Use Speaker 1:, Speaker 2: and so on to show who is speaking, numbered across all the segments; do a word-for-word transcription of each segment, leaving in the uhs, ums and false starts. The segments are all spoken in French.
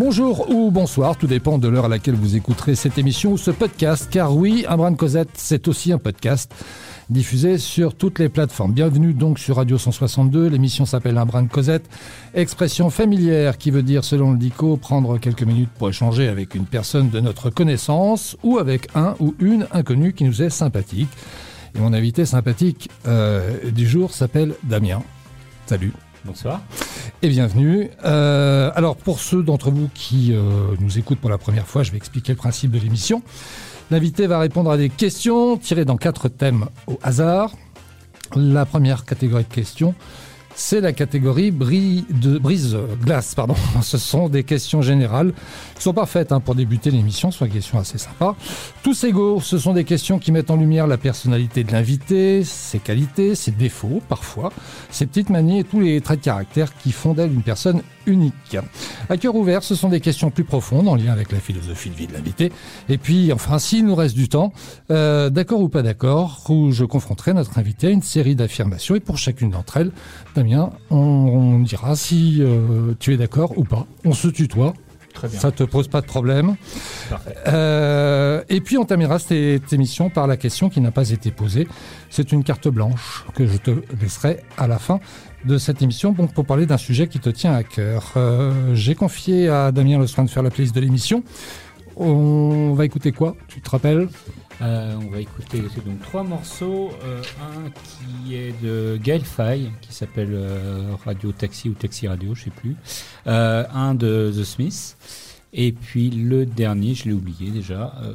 Speaker 1: Bonjour ou bonsoir, tout dépend de l'heure à laquelle vous écouterez cette émission ou ce podcast, car oui, Un brin de Cosette, c'est aussi un podcast diffusé sur toutes les plateformes. Bienvenue donc sur Radio cent soixante-deux, l'émission s'appelle Un brin de Cosette, expression familière qui veut dire, selon le dico, prendre quelques minutes pour échanger avec une personne de notre connaissance ou avec un ou une inconnue qui nous est sympathique. Et mon invité sympathique euh, du jour s'appelle Damien. Salut.
Speaker 2: Bonsoir.
Speaker 1: Et bienvenue. Euh, alors, pour ceux d'entre vous qui euh, nous écoutent pour la première fois, je vais expliquer le principe de l'émission. L'invité va répondre à des questions tirées dans quatre thèmes au hasard. La première catégorie de questions, c'est la catégorie bris de brise-glace. Pardon. Ce sont des questions générales qui sont parfaites hein, pour débuter l'émission, ce sont des questions assez sympas. Tous égaux, ce sont des questions qui mettent en lumière la personnalité de l'invité, ses qualités, ses défauts parfois, ses petites manies et tous les traits de caractère qui font d'elle une personne unique. À cœur ouvert, ce sont des questions plus profondes en lien avec la philosophie de vie de l'invité. Et puis, enfin, s'il nous reste du temps, euh, d'accord ou pas d'accord, où je confronterai notre invité à une série d'affirmations. Et pour chacune d'entre elles, Damien, on, on dira si euh, tu es d'accord ou pas. On se tutoie.
Speaker 2: Très bien.
Speaker 1: Ça te pose pas de problème.
Speaker 2: Parfait.
Speaker 1: Euh, et puis on terminera cette émission par la question qui n'a pas été posée. C'est une carte blanche que je te laisserai à la fin de cette émission donc pour parler d'un sujet qui te tient à cœur. Euh, j'ai confié à Damien le soin de faire la playlist de l'émission. On va écouter quoi ? Tu te rappelles ?
Speaker 2: Euh, on va écouter donc trois morceaux. Euh, un qui est de Gaël Faye, qui s'appelle euh, Radio Taxi ou Taxi Radio, je sais plus. Euh, un de The Smiths. Et puis le dernier, je l'ai oublié déjà. Euh,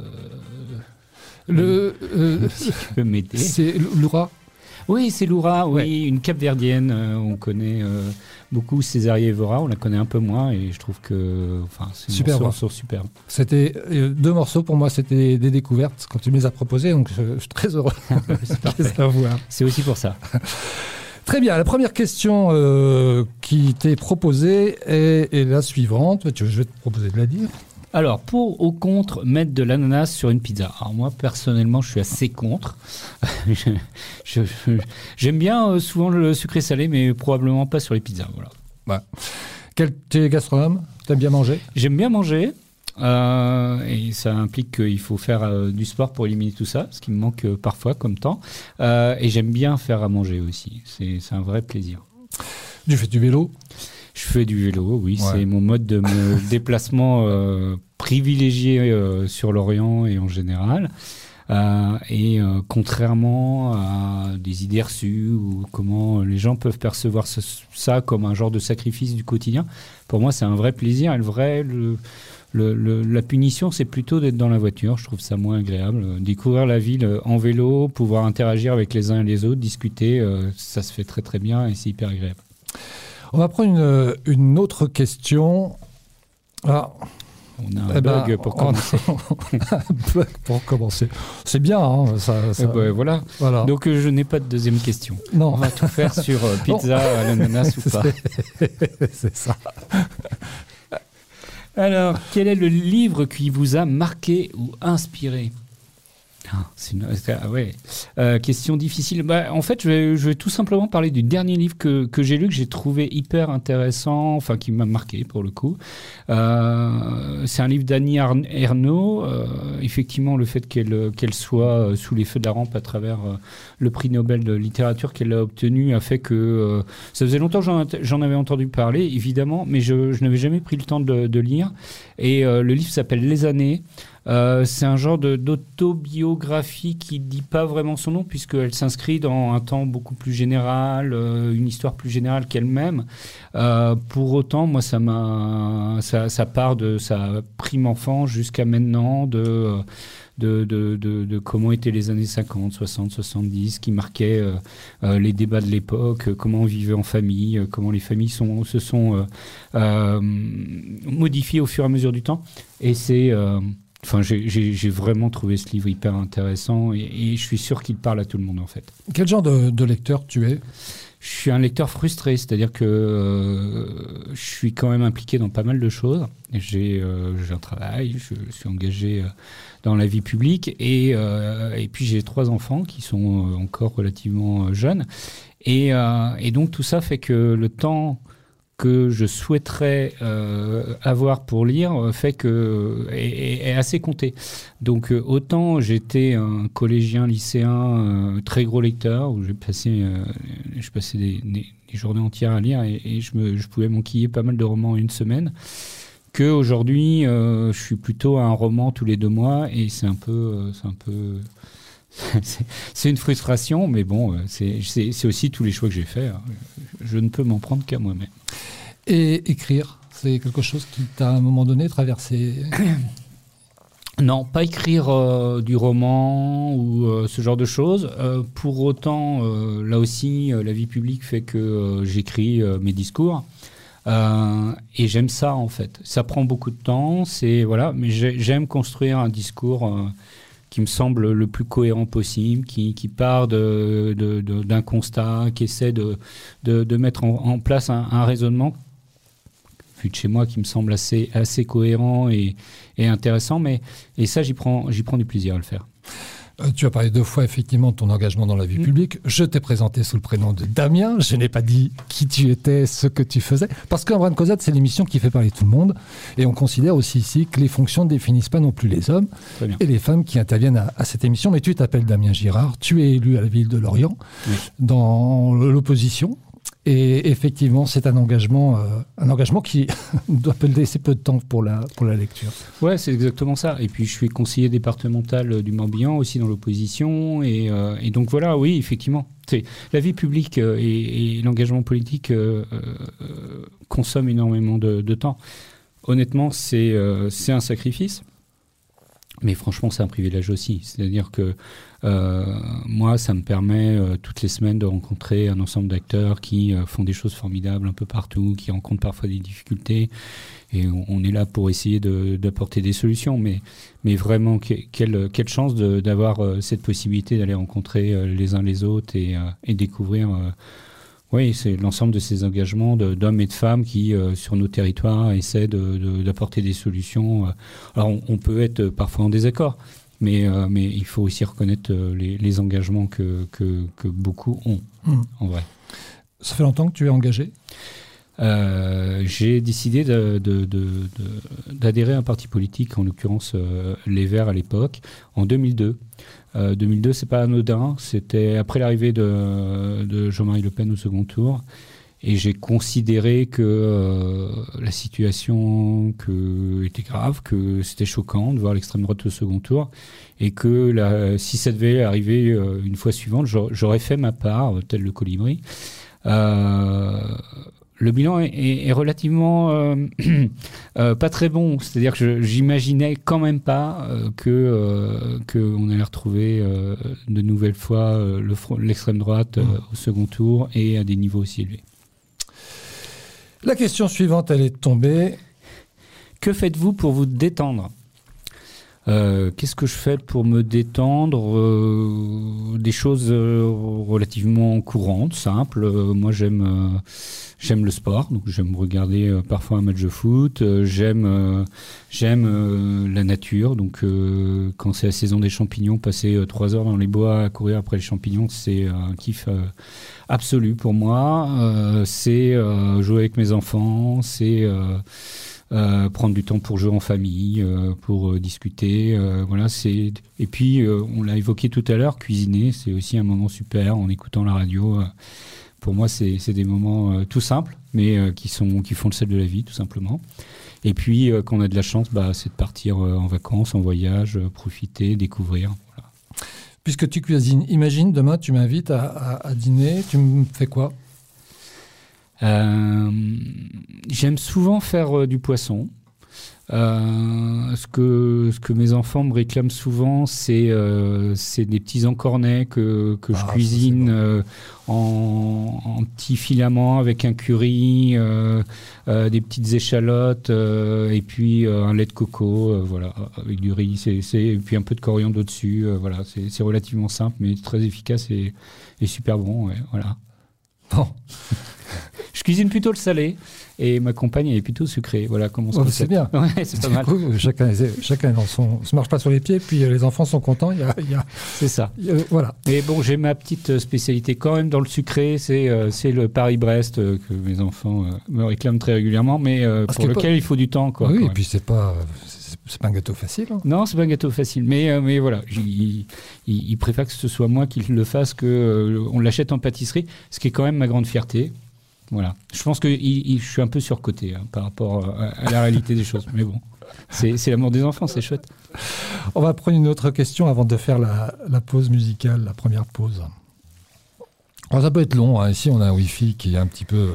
Speaker 1: le, euh,
Speaker 2: si tu peux m'aider.
Speaker 1: C'est Loura.
Speaker 2: Oui, c'est Loura, oui,
Speaker 1: ouais.
Speaker 2: Une capverdienne. Euh, on connaît euh, beaucoup Césaria Evora, on la connaît un peu moins et je trouve que enfin, c'est
Speaker 1: super
Speaker 2: un morceau superbe.
Speaker 1: C'était euh, deux morceaux pour moi, c'était des découvertes quand tu me les as proposés, donc je, je suis très heureux.
Speaker 2: C'est parfait. C'est aussi pour ça.
Speaker 1: Très bien, la première question euh, qui t'est proposée est, est la suivante. Je vais te proposer de la dire.
Speaker 2: Alors, pour ou contre mettre de l'ananas sur une pizza ? Alors moi, personnellement, je suis assez contre. je, je, je, j'aime bien euh, souvent le sucré salé, mais probablement pas sur les pizzas. Voilà.
Speaker 1: Ouais. Quel, tu es gastronome ? T'aimes bien manger ?
Speaker 2: J'aime bien manger. Euh, et ça implique qu'il faut faire euh, du sport pour éliminer tout ça, ce qui me manque euh, parfois comme temps. Euh, et j'aime bien faire à manger aussi. C'est, c'est un vrai plaisir.
Speaker 1: Tu fais du vélo ?
Speaker 2: Je fais du vélo, oui.
Speaker 1: Ouais.
Speaker 2: C'est mon mode de me déplacement euh, privilégié euh, sur l'Orient et en général. Euh, et euh, contrairement à des idées reçues ou comment les gens peuvent percevoir ce, ça comme un genre de sacrifice du quotidien, pour moi, c'est un vrai plaisir. Et le vrai... Le, Le, le, la punition, c'est plutôt d'être dans la voiture. Je trouve ça moins agréable. Découvrir la ville en vélo, pouvoir interagir avec les uns et les autres, discuter, euh, ça se fait très très bien et c'est hyper agréable.
Speaker 1: On va prendre une, une autre question. Ah.
Speaker 2: On a un
Speaker 1: eh
Speaker 2: bug
Speaker 1: ben,
Speaker 2: pour commencer.
Speaker 1: un bug pour commencer. C'est bien. Hein, ça, ça...
Speaker 2: Eh ben, voilà.
Speaker 1: voilà.
Speaker 2: Donc euh, je n'ai pas de deuxième question.
Speaker 1: Non.
Speaker 2: On va tout faire sur euh, pizza à l'ananas ou pas.
Speaker 1: C'est, c'est ça.
Speaker 2: Alors, quel est le livre qui vous a marqué ou inspiré ? Ah, c'est une ah ouais. euh, question difficile. Bah, en fait, je vais, je vais tout simplement parler du dernier livre que, que j'ai lu, que j'ai trouvé hyper intéressant, enfin qui m'a marqué pour le coup. Euh, c'est un livre d'Annie Ernaux. Euh, effectivement, le fait qu'elle, qu'elle soit sous les feux de la rampe à travers euh, le prix Nobel de littérature qu'elle a obtenu a fait que euh, ça faisait longtemps que j'en, j'en avais entendu parler, évidemment, mais je, je n'avais jamais pris le temps de, de lire. Et euh, le livre s'appelle Les années. Euh, c'est un genre de, d'autobiographie qui ne dit pas vraiment son nom puisqu'elle s'inscrit dans un temps beaucoup plus général, euh, une histoire plus générale qu'elle-même. Euh, pour autant, moi, ça, m'a, ça, ça part de sa prime enfance jusqu'à maintenant, de, de, de, de, de comment étaient les années cinquante, soixante, soixante-dix, qui marquaient euh, euh, les débats de l'époque, euh, comment on vivait en famille, euh, comment les familles sont, se sont euh, euh, modifiées au fur et à mesure du temps. Et c'est... Euh, Enfin, j'ai, j'ai, j'ai vraiment trouvé ce livre hyper intéressant et, et je suis sûr qu'il parle à tout le monde en fait.
Speaker 1: Quel genre de, de lecteur tu es ?
Speaker 2: Je suis un lecteur frustré, c'est-à-dire que euh, je suis quand même impliqué dans pas mal de choses. J'ai, euh, j'ai un travail, je, je suis engagé euh, dans la vie publique et, euh, et puis j'ai trois enfants qui sont euh, encore relativement euh, jeunes. Et, euh, et donc tout ça fait que le temps que je souhaiterais euh, avoir pour lire fait que est, est assez compté. Donc euh, autant j'étais un collégien, lycéen, euh, très gros lecteur, où j'ai passé, euh, je passais des, des, des journées entières à lire et, et je, me, je pouvais m'enquiller pas mal de romans en une semaine, qu'aujourd'hui euh, je suis plutôt à un roman tous les deux mois et c'est un peu... Euh, c'est un peu c'est, c'est une frustration, mais bon, c'est, c'est, c'est aussi tous les choix que j'ai faits. Je ne peux m'en prendre qu'à moi-même.
Speaker 1: Et écrire, c'est quelque chose qui t'a à un moment donné traversé?
Speaker 2: Non, pas écrire euh, du roman ou euh, ce genre de choses. Euh, pour autant, euh, là aussi, euh, la vie publique fait que euh, j'écris euh, mes discours. Euh, et j'aime ça, en fait. Ça prend beaucoup de temps, c'est, voilà, mais j'aime construire un discours... Euh, qui me semble le plus cohérent possible, qui, qui part de, de, de, d'un constat, qui essaie de, de, de mettre en, en place un, un raisonnement, vu de chez moi, qui me semble assez, assez cohérent et, et intéressant. Mais, et ça, j'y prends, j'y prends du plaisir à le faire.
Speaker 1: Euh, tu as parlé deux fois effectivement de ton engagement dans la vie mmh. publique. Je t'ai présenté sous le prénom de Damien. Je n'ai pas dit qui tu étais, ce que tu faisais. Parce qu'En Brin de Causette, c'est l'émission qui fait parler tout le monde. Et on considère aussi ici que les fonctions ne définissent pas non plus les hommes et les femmes qui interviennent à, à cette émission. Mais tu t'appelles Damien Girard. Tu es élu à la ville de Lorient oui. dans l'opposition. Et effectivement, c'est un engagement, euh, un engagement qui doit laisser peu de temps pour la, pour la lecture.
Speaker 2: Ouais, c'est exactement ça. Et puis, je suis conseiller départemental du Morbihan, aussi dans l'opposition. Et, euh, et donc, voilà, oui, effectivement. C'est, la vie publique euh, et, et l'engagement politique euh, euh, consomment énormément de, de temps. Honnêtement, c'est, euh, c'est un sacrifice. Mais franchement, c'est un privilège aussi. C'est-à-dire que euh, moi, ça me permet euh, toutes les semaines de rencontrer un ensemble d'acteurs qui euh, font des choses formidables un peu partout, qui rencontrent parfois des difficultés. Et on, on est là pour essayer de, d'apporter des solutions. Mais, mais vraiment, que, quelle, quelle chance de, d'avoir euh, cette possibilité d'aller rencontrer euh, les uns les autres et, euh, et découvrir... Euh, Oui, c'est l'ensemble de ces engagements de, d'hommes et de femmes qui, euh, sur nos territoires, essaient de, de, d'apporter des solutions. Alors, on, on peut être parfois en désaccord, mais, euh, mais il faut aussi reconnaître euh, les, les engagements que, que, que beaucoup ont, mmh. en vrai.
Speaker 1: Ça fait longtemps que tu es engagé ?
Speaker 2: Euh, j'ai décidé de, de, de, de, d'adhérer à un parti politique, en l'occurrence euh, les Verts à l'époque, en deux mille deux. Euh, deux mille deux, c'est pas anodin, c'était après l'arrivée de, de Jean-Marie Le Pen au second tour, et j'ai considéré que euh, la situation que, était grave, que c'était choquant de voir l'extrême droite au second tour, et que la, si ça devait arriver euh, une fois suivante, j'aurais fait ma part, tel le colibri. Euh, Le bilan est, est, est relativement euh, euh, pas très bon. C'est-à-dire que je, j'imaginais quand même pas euh, que euh, qu'on allait retrouver euh, de nouvelles fois euh, le front, l'extrême droite euh, mmh. au second tour et à des niveaux aussi élevés.
Speaker 1: La question suivante, elle est tombée.
Speaker 2: Que faites-vous pour vous détendre ? Euh, qu'est-ce que je fais pour me détendre ? euh, Des choses euh, relativement courantes, simples. Euh, moi, j'aime, euh, j'aime le sport, donc j'aime regarder euh, parfois un match de foot. Euh, j'aime, euh, j'aime euh, la nature, donc euh, quand c'est la saison des champignons, passer euh, trois heures dans les bois à courir après les champignons, c'est un kiff euh, absolu pour moi. Euh, c'est euh, jouer avec mes enfants, c'est euh, Euh, prendre du temps pour jouer en famille, euh, pour euh, discuter, euh, voilà. C'est et puis euh, on l'a évoqué tout à l'heure, cuisiner, c'est aussi un moment super en écoutant la radio. Euh, pour moi, c'est, c'est des moments euh, tout simples, mais euh, qui sont qui font le sel de la vie, tout simplement. Et puis euh, quand on a de la chance, bah, c'est de partir euh, en vacances, en voyage, euh, profiter, découvrir. Voilà.
Speaker 1: Puisque tu cuisines, imagine demain tu m'invites à, à, à dîner, tu me fais quoi ?
Speaker 2: Euh, j'aime souvent faire euh, du poisson. Euh, ce que ce que mes enfants me réclament souvent, c'est euh, c'est des petits encornets que que ah, je cuisine bon. euh, en, en petits filaments avec un curry, euh, euh, des petites échalotes euh, et puis euh, un lait de coco, euh, voilà, avec du riz, c'est c'est et puis un peu de coriandre au-dessus, euh, voilà, c'est c'est relativement simple mais très efficace et, et super bon, ouais, voilà.
Speaker 1: Bon.
Speaker 2: Je Je cuisine plutôt le salé et ma compagne elle est plutôt sucrée. Voilà comment
Speaker 1: oh, c'est bien.
Speaker 2: Ouais, c'est pas
Speaker 1: du
Speaker 2: mal.
Speaker 1: Coup, chacun, chacun dans son, se marche pas sur les pieds, puis les enfants sont contents. Il y a, il y a,
Speaker 2: c'est ça.
Speaker 1: Il y a, voilà.
Speaker 2: Et bon, j'ai ma petite spécialité quand même dans le sucré, c'est, euh, c'est le Paris-Brest euh, que mes enfants euh, me réclament très régulièrement, mais euh, pour lequel pas... il faut du temps, quoi.
Speaker 1: Oui, et puis c'est pas. C'est, c'est pas un gâteau facile. Hein.
Speaker 2: Non, c'est pas un gâteau facile. Mais, euh, mais voilà, il, il, il préfère que ce soit moi qui le fasse, qu'on euh, l'achète en pâtisserie, ce qui est quand même ma grande fierté. Voilà. Je pense que il, il, je suis un peu surcoté hein, par rapport à, à la réalité des choses. Mais bon, c'est, c'est l'amour des enfants, c'est chouette.
Speaker 1: On va prendre une autre question avant de faire la, la pause musicale, la première pause. Alors, ça peut être long. Hein. Ici, on a un Wi-Fi qui est un petit peu...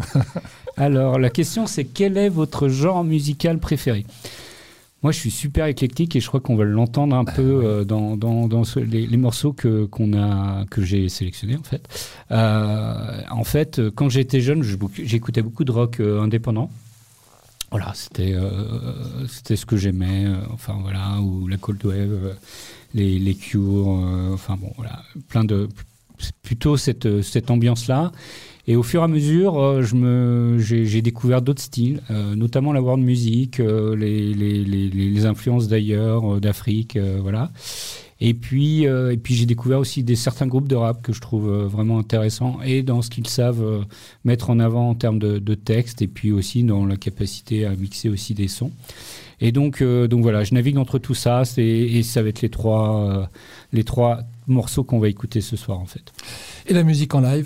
Speaker 2: Alors, la question, c'est quel est votre genre musical préféré ? Moi, je suis super éclectique et je crois qu'on va l'entendre un peu euh, dans, dans, dans ce, les, les morceaux que, qu'on a, que j'ai sélectionnés, en fait. Euh, en fait, quand j'étais jeune, j'écoutais beaucoup de rock euh, indépendant. Voilà, c'était, euh, c'était ce que j'aimais. Euh, enfin, voilà, ou la Cold Wave, euh, les, les Cure, euh, enfin bon, voilà, plein de... Plutôt cette, cette ambiance-là. Et au fur et à mesure, euh, je me, j'ai, j'ai découvert d'autres styles, euh, notamment la world music, euh, les, les, les, les influences d'ailleurs, euh, d'Afrique, euh, voilà. Et puis, euh, et puis j'ai découvert aussi des, certains groupes de rap que je trouve euh, vraiment intéressants et dans ce qu'ils savent euh, mettre en avant en termes de, de texte et puis aussi dans la capacité à mixer aussi des sons. Et donc, euh, donc voilà, je navigue entre tout ça c'est, et ça va être les trois, euh, les trois morceaux qu'on va écouter ce soir en fait.
Speaker 1: Et la musique en live ?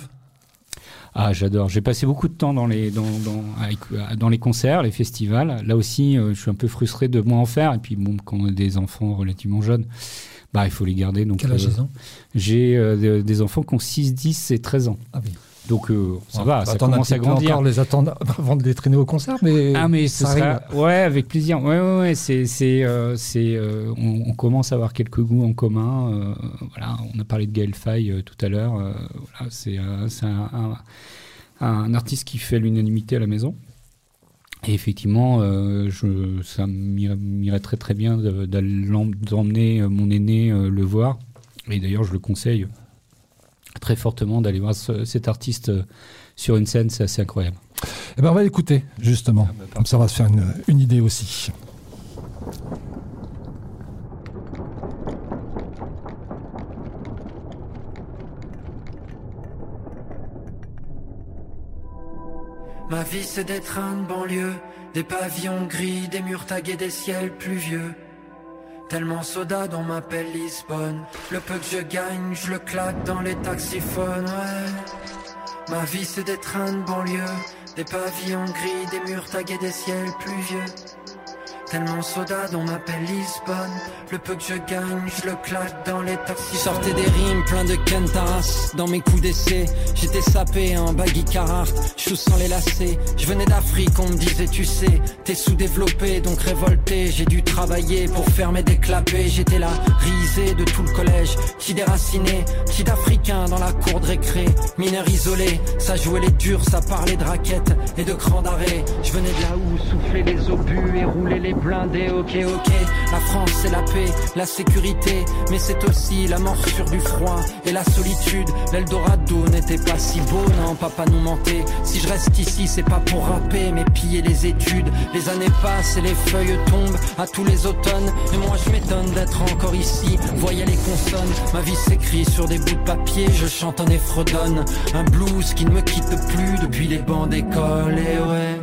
Speaker 2: Ah, j'adore. J'ai passé beaucoup de temps dans les, dans, dans, avec, dans les concerts, les festivals. Là aussi, euh, je suis un peu frustré de moins en faire. Et puis, bon, quand on a des enfants relativement jeunes, bah, il faut les garder. Donc,
Speaker 1: quel âge ils ont ?
Speaker 2: J'ai euh, des, des enfants qui ont six, dix et treize ans.
Speaker 1: Ah oui.
Speaker 2: Donc, euh, ça
Speaker 1: on
Speaker 2: va, ça commence à grandir.
Speaker 1: On va encore les attendre avant de les traîner au concert, mais
Speaker 2: ah, mais ce
Speaker 1: ça
Speaker 2: sera...
Speaker 1: arrive.
Speaker 2: Ouais, avec plaisir. Ouais, ouais, ouais. C'est, c'est, euh, c'est, euh, on, on commence à avoir quelques goûts en commun. Euh, voilà, on a parlé de Gaël Faye euh, tout à l'heure. Euh, voilà, c'est, euh, c'est un... un un artiste qui fait l'unanimité à la maison. Et effectivement, euh, je, ça m'irait, m'irait très très bien de, d'emmener mon aîné euh, le voir. Et d'ailleurs, je le conseille très fortement d'aller voir ce, cet artiste euh, sur une scène, c'est assez incroyable.
Speaker 1: Eh ben, on va l'écouter, justement. Ah, bah, comme ça, on va se faire une, une idée aussi.
Speaker 3: Ma vie c'est des trains de banlieue, des pavillons gris, des murs tagués, des ciels pluvieux. Tellement soda on m'appelle Lisbonne. Le peu que je gagne, je le claque dans les taxiphones, ouais. Ma vie c'est des trains de banlieue, des pavillons gris, des murs tagués, des ciels pluvieux. Tellement soda on m'appelle Lisbonne. Le peu que je gagne, je le claque dans les taxis. Sortais des rimes plein de Kentaras dans mes coups d'essai. J'étais sapé en baggy Carhartt, chou sans les lacets. Je venais d'Afrique, on me disait tu sais, t'es sous-développé donc révolté. J'ai dû travailler pour faire mes déclapés. J'étais là, risé de tout le collège, qui déraciné, qui d'Africain dans la cour de récré. Mineur isolé, ça jouait les durs, ça parlait de raquettes et de grands d'arrêt. Je venais de là où souffler les obus et rouler les blindés, ok ok. La France c'est la paix, la sécurité, mais c'est aussi la morsure du froid et la solitude. L'Eldorado n'était pas si beau, non papa nous mentait. Si je reste ici c'est pas pour rapper mais piller les études. Les années passent et les feuilles tombent à tous les automnes. Et moi je m'étonne d'être encore ici, voyez les consonnes. Ma vie s'écrit sur des bouts de papier, je chante en effredonne. Un blues qui ne me quitte plus depuis les bancs d'école, et ouais.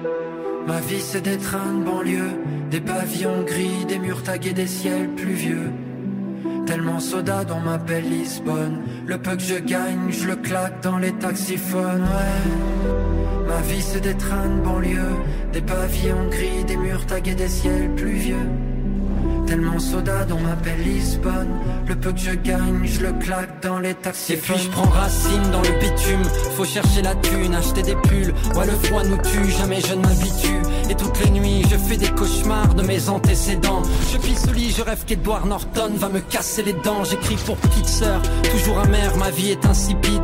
Speaker 3: Ma vie c'est des trains de banlieue, des pavillons gris, des murs tagués, des ciels pluvieux. Tellement soda on m'appelle Lisbonne. Le peu que je gagne, je le claque dans les taxiphones, ouais. Ma vie c'est des trains de banlieue, des pavillons gris, des murs tagués, des ciels pluvieux. Tellement soda on m'appelle Lisbonne. Le peu que je gagne, je le claque dans les taxis. Et puis je prends racine dans le bitume. Faut chercher la thune, acheter des pulls. Ouais le froid nous tue, jamais je ne m'habitue. Et toutes les nuits je fais des cauchemars de mes antécédents. Je pisse au lit, je rêve qu'Edward Norton va me casser les dents. J'écris pour petite sœur, toujours amère, ma vie est insipide. Tout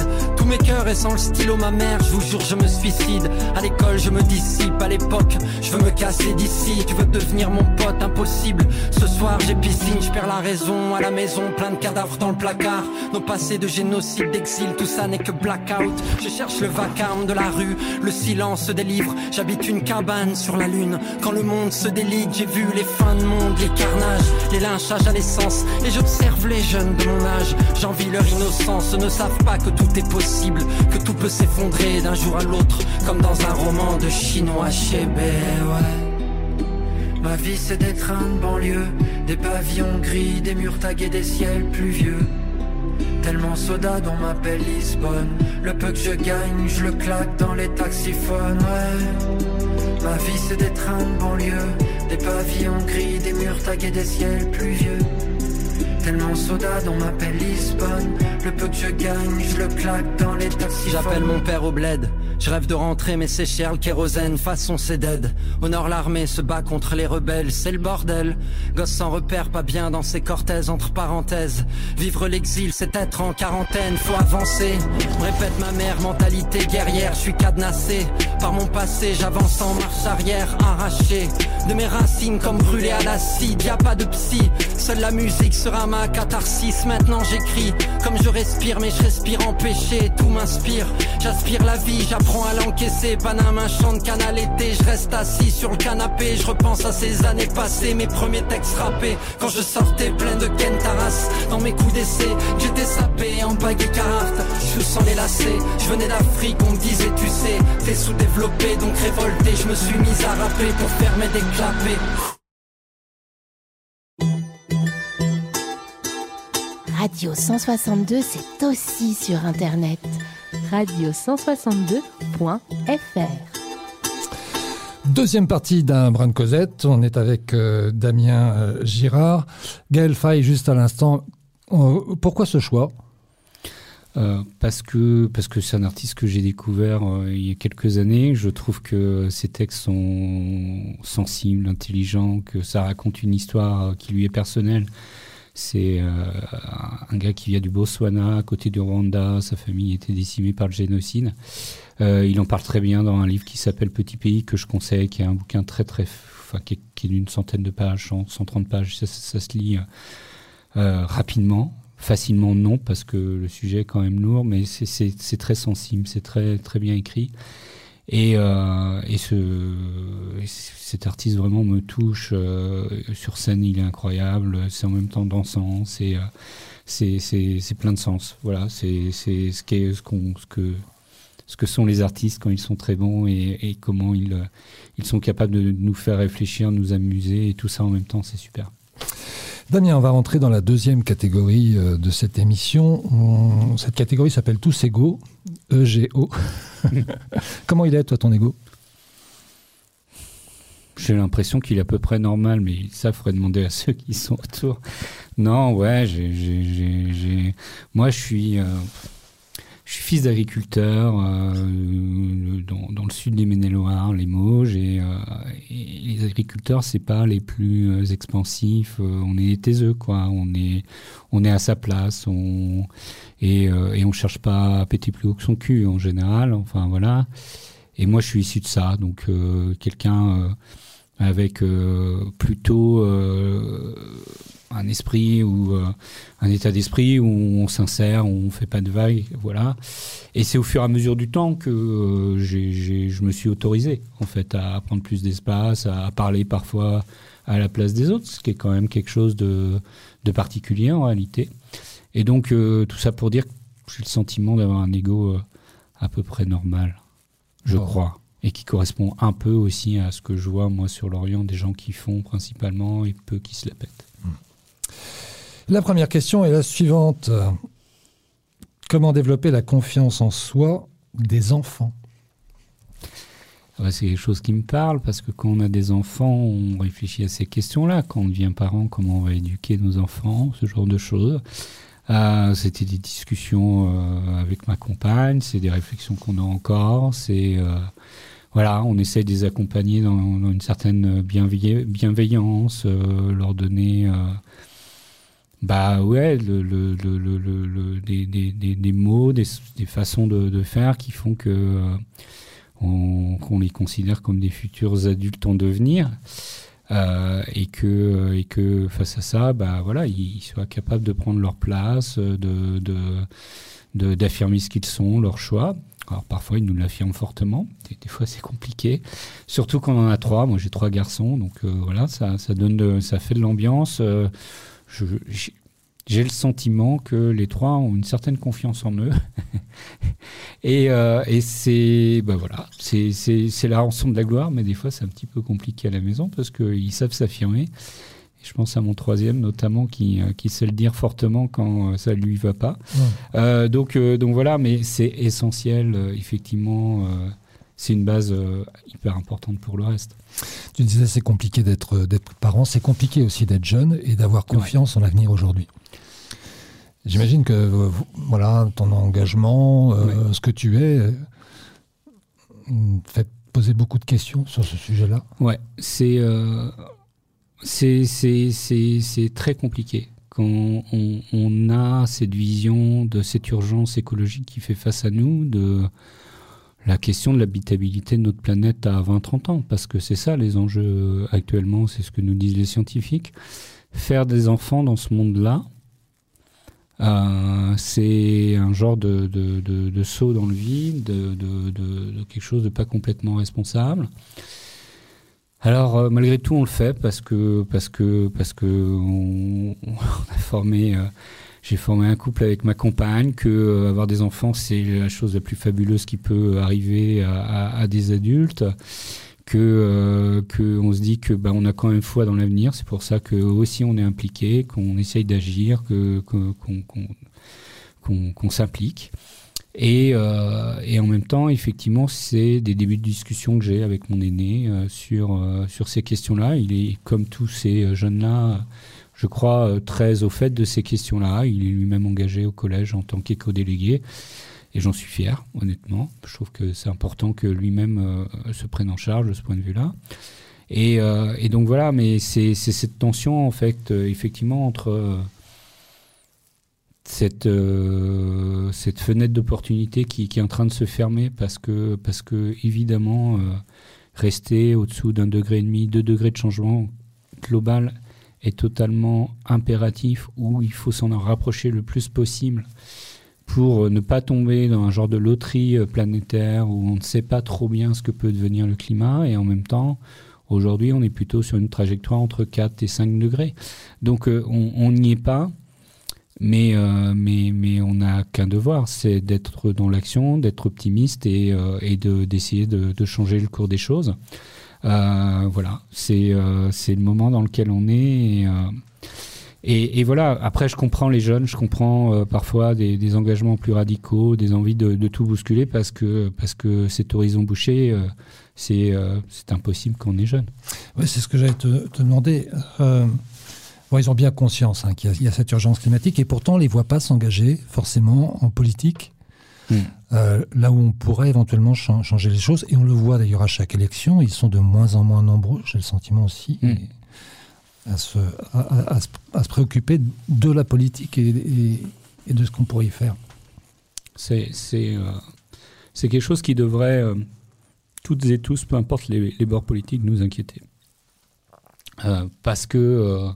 Speaker 3: tous mes cœurs et sans le stylo ma mère, je vous jure je me suicide. À l'école je me dissipe, à l'époque je veux me casser d'ici. Tu veux devenir mon pote, impossible. Ce soir j'ai piscine, je perds la raison. À la maison plein de cadavres dans le placard. Nos passés de génocide, d'exil, tout ça n'est que blackout. Je cherche le vacarme de la rue, le silence des livres. J'habite une cabane sur la lune. Quand le monde se délite, j'ai vu les fins de monde, les carnages, les lynchages à l'essence. Et j'observe les jeunes de mon âge. J'envie leur innocence, ne savent pas que tout est possible, que tout peut s'effondrer d'un jour à l'autre, comme dans un roman de chinois chez B, ouais. Ma vie c'est des trains de banlieue, des pavillons gris, des murs tagués, des ciels pluvieux. Tellement soda on m'appelle Lisbonne. Le peu que je gagne, je le claque dans les taxiphones, ouais. Ma vie c'est des trains de banlieue, des pavillons gris, des murs tagués, des ciels pluvieux. Tellement soda on m'appelle Lisbonne. Le peu que je gagne, je le claque dans les taxis. J'appelle mon père au bled. Je rêve de rentrer mais c'est cher le kérosène. Façon c'est dead. Au nord l'armée se bat contre les rebelles. C'est le bordel. Gosse sans repère, pas bien dans ses cortèses. Entre parenthèses, vivre l'exil c'est être en quarantaine. Faut avancer, me répète ma mère. Mentalité guerrière, je suis cadenassé par mon passé, j'avance en marche arrière. Arraché de mes racines comme brûlé à l'acide. Y'a pas de psy, seule la musique sera ma catharsis. Maintenant j'écris comme je respire, mais je respire empêché. Tout m'inspire, j'aspire la vie, j'apprends à l'encaisser. Paname, un champ de canal été, je reste assis sur le canapé. Je repense à ces années passées, mes premiers textes rappés. Quand je sortais plein de Kentaras dans mes coups d'essai, j'étais sapé en bague et cararte, je sens les lacets. Je venais d'Afrique, on me disait tu sais, t'es sous-développé donc révolté. Je me suis mis à rapper pour fermer des clapets.
Speaker 4: Radio cent soixante-deux, c'est aussi sur Internet. radio cent soixante-deux point f r.
Speaker 1: Deuxième partie d'un brin de Cosette. On est avec euh, Damien euh, Girard. Gaël Faye, juste à l'instant. Euh, pourquoi ce choix ?
Speaker 2: Euh, parce que parce que c'est un artiste que j'ai découvert euh, il y a quelques années. Je trouve que ses textes sont sensibles, intelligents, que ça raconte une histoire qui lui est personnelle. C'est euh, un gars qui vient du Botswana, à côté du Rwanda. Sa famille était décimée par le génocide. Euh, il en parle très bien dans un livre qui s'appelle Petit Pays, que je conseille, qui est un bouquin très très, enfin qui est, qui est d'une centaine de pages, cent trente pages. Ça, ça, ça se lit euh, rapidement. Facilement non, parce que le sujet est quand même lourd, mais c'est, c'est, c'est très sensible, c'est très, très bien écrit. Et, euh, et, ce, et cet artiste vraiment me touche. Euh, sur scène, il est incroyable, c'est en même temps dansant, c'est, c'est, c'est, c'est plein de sens. Voilà, c'est, c'est ce, qu'est, ce, qu'on, ce, que, ce que sont les artistes quand ils sont très bons et, et comment ils, ils sont capables de nous faire réfléchir, nous amuser, et tout ça en même temps, c'est super.
Speaker 1: Damien, on va rentrer dans la deuxième catégorie de cette émission. On... Cette catégorie s'appelle Tous égaux, E G O. Comment il est, toi, ton ego ?
Speaker 2: J'ai l'impression qu'il est à peu près normal, mais ça, il faudrait demander à ceux qui sont autour. Non, ouais, j'ai, j'ai, j'ai, j'ai... moi, je suis... Euh... Je suis fils d'agriculteur euh, dans, dans le sud des Maine-et-Loire, les Mauges, et, euh, et les agriculteurs, c'est pas les plus euh, expansifs. Euh, on est taiseux, quoi. On est, on est à sa place, on, et, euh, et on cherche pas à péter plus haut que son cul en général. Enfin voilà. Et moi, je suis issu de ça, donc euh, quelqu'un euh, avec euh, plutôt euh, un esprit ou euh, un état d'esprit où on s'insère, où on fait pas de vagues, voilà. Et c'est au fur et à mesure du temps que euh, j'ai, j'ai, je me suis autorisé en fait à prendre plus d'espace, à parler parfois à la place des autres, ce qui est quand même quelque chose de, de particulier en réalité. Et donc euh, tout ça pour dire que j'ai le sentiment d'avoir un ego euh, à peu près normal, je oh. crois, et qui correspond un peu aussi à ce que je vois moi sur l'Orient, des gens qui font principalement et peu qui se la pètent.
Speaker 1: La première question est la suivante. Comment développer la confiance en soi des enfants ?
Speaker 2: Ouais, c'est quelque chose qui me parle, parce que quand on a des enfants, on réfléchit à ces questions-là. Quand on devient parent, comment on va éduquer nos enfants, ce genre de choses. Euh, c'était des discussions euh, avec ma compagne, c'est des réflexions qu'on a encore, c'est... Euh, voilà, on essaie de les accompagner dans, dans une certaine bienveillance, euh, leur donner... Euh, Bah ouais, le, le, le, le, le, des, des, des mots, des, des façons de, de faire qui font que euh, on, qu'on les considère comme des futurs adultes en devenir, euh, et que et que face à ça, bah voilà, ils, ils soient capables de prendre leur place, de, de, de d'affirmer ce qu'ils sont, leur choix. Alors parfois ils nous l'affirment fortement, des, des fois c'est compliqué, surtout quand on en a trois. Moi j'ai trois garçons, donc euh, voilà, ça ça donne de, ça fait de l'ambiance. Euh, Je, j'ai le sentiment que les trois ont une certaine confiance en eux. et, euh, et c'est, ben voilà, c'est, c'est, c'est la rançon de la gloire, mais des fois c'est un petit peu compliqué à la maison parce qu'ils savent s'affirmer. Et je pense à mon troisième notamment qui, qui sait le dire fortement quand ça ne lui va pas. Ouais. Euh, donc, euh, donc voilà, mais c'est essentiel, euh, effectivement. Euh, c'est une base euh, hyper importante pour le reste.
Speaker 1: Tu disais c'est compliqué d'être, d'être parent, c'est compliqué aussi d'être jeune et d'avoir confiance ouais. en l'avenir aujourd'hui. J'imagine que euh, voilà, ton engagement, euh, ouais. ce que tu es, euh, fait poser beaucoup de questions sur ce sujet-là.
Speaker 2: Ouais, c'est, euh, c'est, c'est, c'est, c'est très compliqué. Quand on, on a cette vision de cette urgence écologique qui fait face à nous, de la question de l'habitabilité de notre planète à vingt à trente ans, parce que c'est ça les enjeux actuellement, c'est ce que nous disent les scientifiques. Faire des enfants dans ce monde-là, euh, c'est un genre de, de, de, de saut dans le vide, de, de, de, de quelque chose de pas complètement responsable. Alors euh, malgré tout on le fait parce que parce que parce que on, on a formé. Euh, J'ai formé un couple avec ma compagne, que euh, avoir des enfants, c'est la chose la plus fabuleuse qui peut arriver à, à, à des adultes, que euh, que on se dit que bah, on a quand même foi dans l'avenir. C'est pour ça que aussi on est impliqué, qu'on essaye d'agir, que, que qu'on, qu'on, qu'on, qu'on s'implique. Et, euh, et en même temps, effectivement, c'est des débuts de discussion que j'ai avec mon aîné euh, sur euh, sur ces questions-là. Il est comme tous ces jeunes-là. Je crois très au fait de ces questions-là. Il est lui-même engagé au collège en tant qu'éco-délégué. Et j'en suis fier, honnêtement. Je trouve que c'est important que lui-même euh, se prenne en charge de ce point de vue-là. Et, euh, et donc voilà, mais c'est, c'est cette tension, en fait, euh, effectivement, entre euh, cette, euh, cette fenêtre d'opportunité qui, qui est en train de se fermer parce que, parce que évidemment, euh, rester au-dessous d'un degré et demi, deux degrés de changement global est totalement impératif, où il faut s'en rapprocher le plus possible pour ne pas tomber dans un genre de loterie planétaire où on ne sait pas trop bien ce que peut devenir le climat, et en même temps, aujourd'hui, on est plutôt sur une trajectoire entre quatre et cinq degrés. Donc euh, on n'y est pas, mais, euh, mais, mais on n'a qu'un devoir, c'est d'être dans l'action, d'être optimiste et, euh, et de, d'essayer de, de changer le cours des choses. Euh, voilà, c'est, euh, c'est le moment dans lequel on est. Et, euh, et, et voilà, après, je comprends les jeunes, je comprends euh, parfois des, des engagements plus radicaux, des envies de, de tout bousculer parce que, parce que cet horizon bouché, euh, c'est, euh, c'est impossible quand on est jeune.
Speaker 1: Oui, c'est ce que j'allais te, te demander. Euh, bon, ils ont bien conscience hein, qu'il y a, il y a cette urgence climatique et pourtant, on ne les voit pas s'engager forcément en politique. Mmh. Euh, là où on pourrait éventuellement ch- changer les choses, et on le voit d'ailleurs à chaque élection, ils sont de moins en moins nombreux, j'ai le sentiment aussi, mmh. à, se, à, à, à, se, à se préoccuper de la politique et, et, et de ce qu'on pourrait y faire.
Speaker 2: C'est, c'est, euh, c'est quelque chose qui devrait, euh, toutes et tous, peu importe les, les bords politiques, nous inquiéter. Euh, parce que... Euh,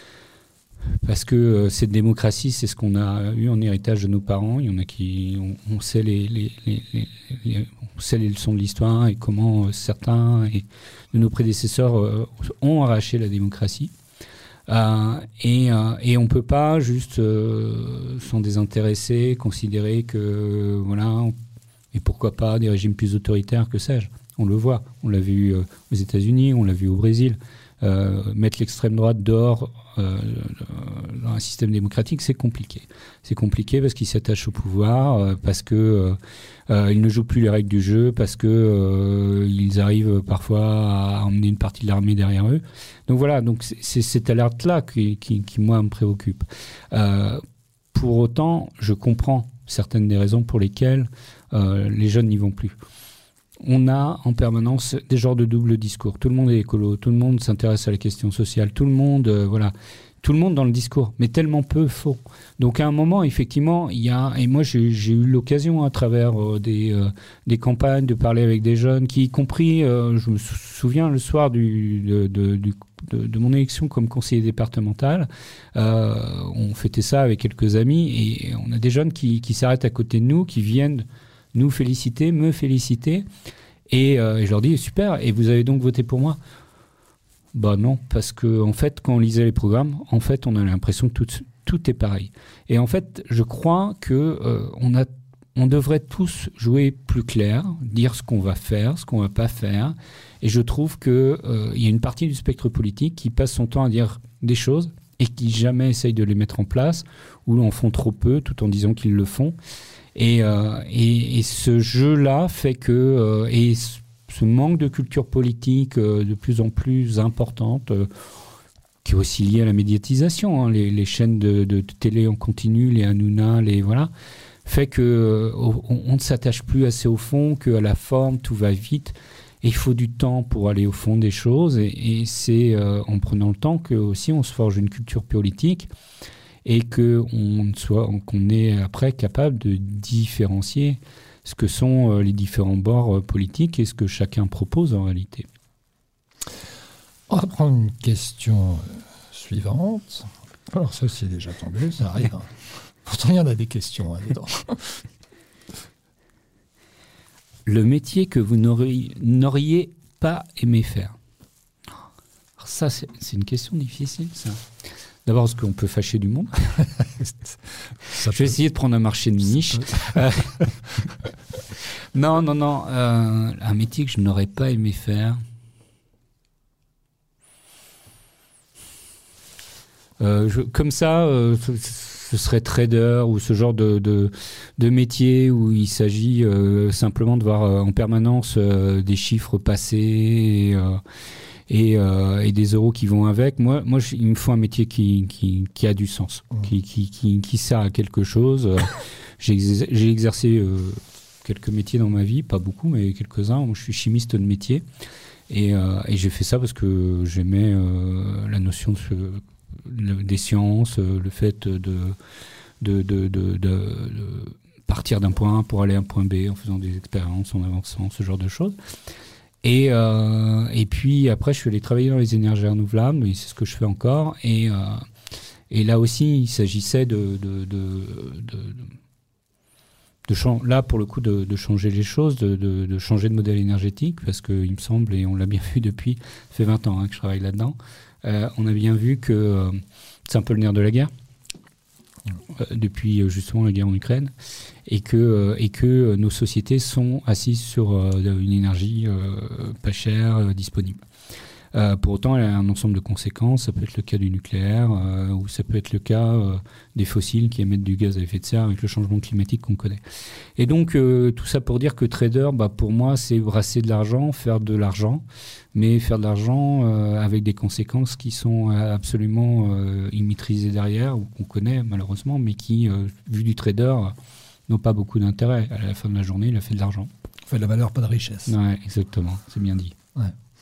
Speaker 2: Parce que euh, cette démocratie, c'est ce qu'on a eu en héritage de nos parents. Il y en a qui, on, on sait les, les, les, les, les, on sait les leçons de l'histoire et comment euh, certains et, de nos prédécesseurs euh, ont arraché la démocratie. Euh, et, euh, et on peut pas juste euh, s'en désintéresser, considérer que voilà, et pourquoi pas des régimes plus autoritaires, que sais-je. On le voit, on l'a vu euh, aux États-Unis, on l'a vu au Brésil. Euh, mettre l'extrême droite dehors euh, dans un système démocratique, c'est compliqué. C'est compliqué parce qu'ils s'attachent au pouvoir, euh, parce que euh, euh, ils ne jouent plus les règles du jeu, parce que euh, ils arrivent parfois à emmener une partie de l'armée derrière eux. Donc voilà, donc c'est, c'est cette alerte-là qui, qui, qui moi me préoccupe. Euh, pour autant, je comprends certaines des raisons pour lesquelles euh, les jeunes n'y vont plus. On a en permanence des genres de double discours. Tout le monde est écolo, tout le monde s'intéresse à la question sociale, tout le monde, euh, voilà. tout le monde dans le discours, mais tellement peu faux. Donc à un moment, effectivement, il y a, et moi j'ai, j'ai eu l'occasion à travers euh, des, euh, des campagnes de parler avec des jeunes qui, y compris, euh, je me souviens le soir du, de, de, du, de, de mon élection comme conseiller départemental, euh, on fêtait ça avec quelques amis et on a des jeunes qui, qui s'arrêtent à côté de nous, qui viennent nous féliciter, me féliciter, et, euh, et je leur dis super, et vous avez donc voté pour moi ? Bah non, parce que en fait, quand on lisait les programmes, en fait, on a l'impression que tout, tout est pareil. Et en fait, je crois que euh, on a, on devrait tous jouer plus clair, dire ce qu'on va faire, ce qu'on va pas faire. Et je trouve que euh, il y a une partie du spectre politique qui passe son temps à dire des choses et qui jamais essaye de les mettre en place ou en font trop peu, tout en disant qu'ils le font. Et, euh, et, et ce jeu-là fait que euh, et ce manque de culture politique euh, de plus en plus importante, euh, qui est aussi lié à la médiatisation, hein, les, les chaînes de, de, de télé en continu, les Hanouna, les voilà, fait que euh, on, on ne s'attache plus assez au fond, qu'à la forme, tout va vite. Et il faut du temps pour aller au fond des choses. Et, et c'est euh, en prenant le temps que aussi on se forge une culture politique et qu'on soit, qu'on est après capable de différencier ce que sont les différents bords politiques et ce que chacun propose en réalité.
Speaker 1: On va prendre une question suivante. Alors ça, c'est déjà tombé, ça arrive. Pourtant, il y en a des questions hein, dedans.
Speaker 2: Le métier que vous n'auriez, n'auriez pas aimé faire. Alors ça, c'est, c'est une question difficile, ça. D'abord, parce qu'on peut fâcher du monde. Je vais peut... essayer de prendre un marché de niche. Euh, non, non, non. Euh, un métier que je n'aurais pas aimé faire. Euh, je, comme ça, euh, ce, ce serait trader ou ce genre de, de, de métier où il s'agit euh, simplement de voir euh, en permanence euh, des chiffres passer et... Euh, Et, euh, et des euros qui vont avec. Moi, moi je, il me faut un métier qui, qui, qui a du sens, mmh. qui, qui, qui, qui sert à quelque chose. j'ai, exer- j'ai exercé euh, quelques métiers dans ma vie, pas beaucoup, mais quelques-uns. Moi, je suis chimiste de métier. Et, euh, et j'ai fait ça parce que j'aimais euh, la notion de ce, le, des sciences, euh, le fait de, de, de, de, de, de partir d'un point A pour aller à un point B en faisant des expériences, en avançant, ce genre de choses. Et, euh, et puis après, je suis allé travailler dans les énergies renouvelables, et c'est ce que je fais encore. Et, euh, et là aussi, il s'agissait de, de, de, de, de chan- là pour le coup de, de changer les choses, de, de, de changer de modèle énergétique, parce qu'il me semble, et on l'a bien vu depuis, ça fait vingt ans hein, que je travaille là-dedans, euh, on a bien vu que euh, c'est un peu le nerf de la guerre. Depuis justement la guerre en Ukraine, et que, euh, et que nos sociétés sont assises sur euh, une énergie euh, pas chère, euh, disponible. Euh, pour autant, elle a un ensemble de conséquences. Ça peut être le cas du nucléaire, euh, ou ça peut être le cas euh, des fossiles qui émettent du gaz à effet de serre avec le changement climatique qu'on connaît. Et donc, euh, tout ça pour dire que trader, bah, pour moi, c'est brasser de l'argent, faire de l'argent, mais faire de l'argent euh, avec des conséquences qui sont absolument euh, immaîtrisées derrière, ou qu'on connaît malheureusement, mais qui, euh, vu du trader, n'ont pas beaucoup d'intérêt. À la fin de la journée, il a fait de l'argent.
Speaker 1: Il fait de la valeur, pas de richesse.
Speaker 2: Ouais, exactement, c'est bien dit.
Speaker 1: Ouais.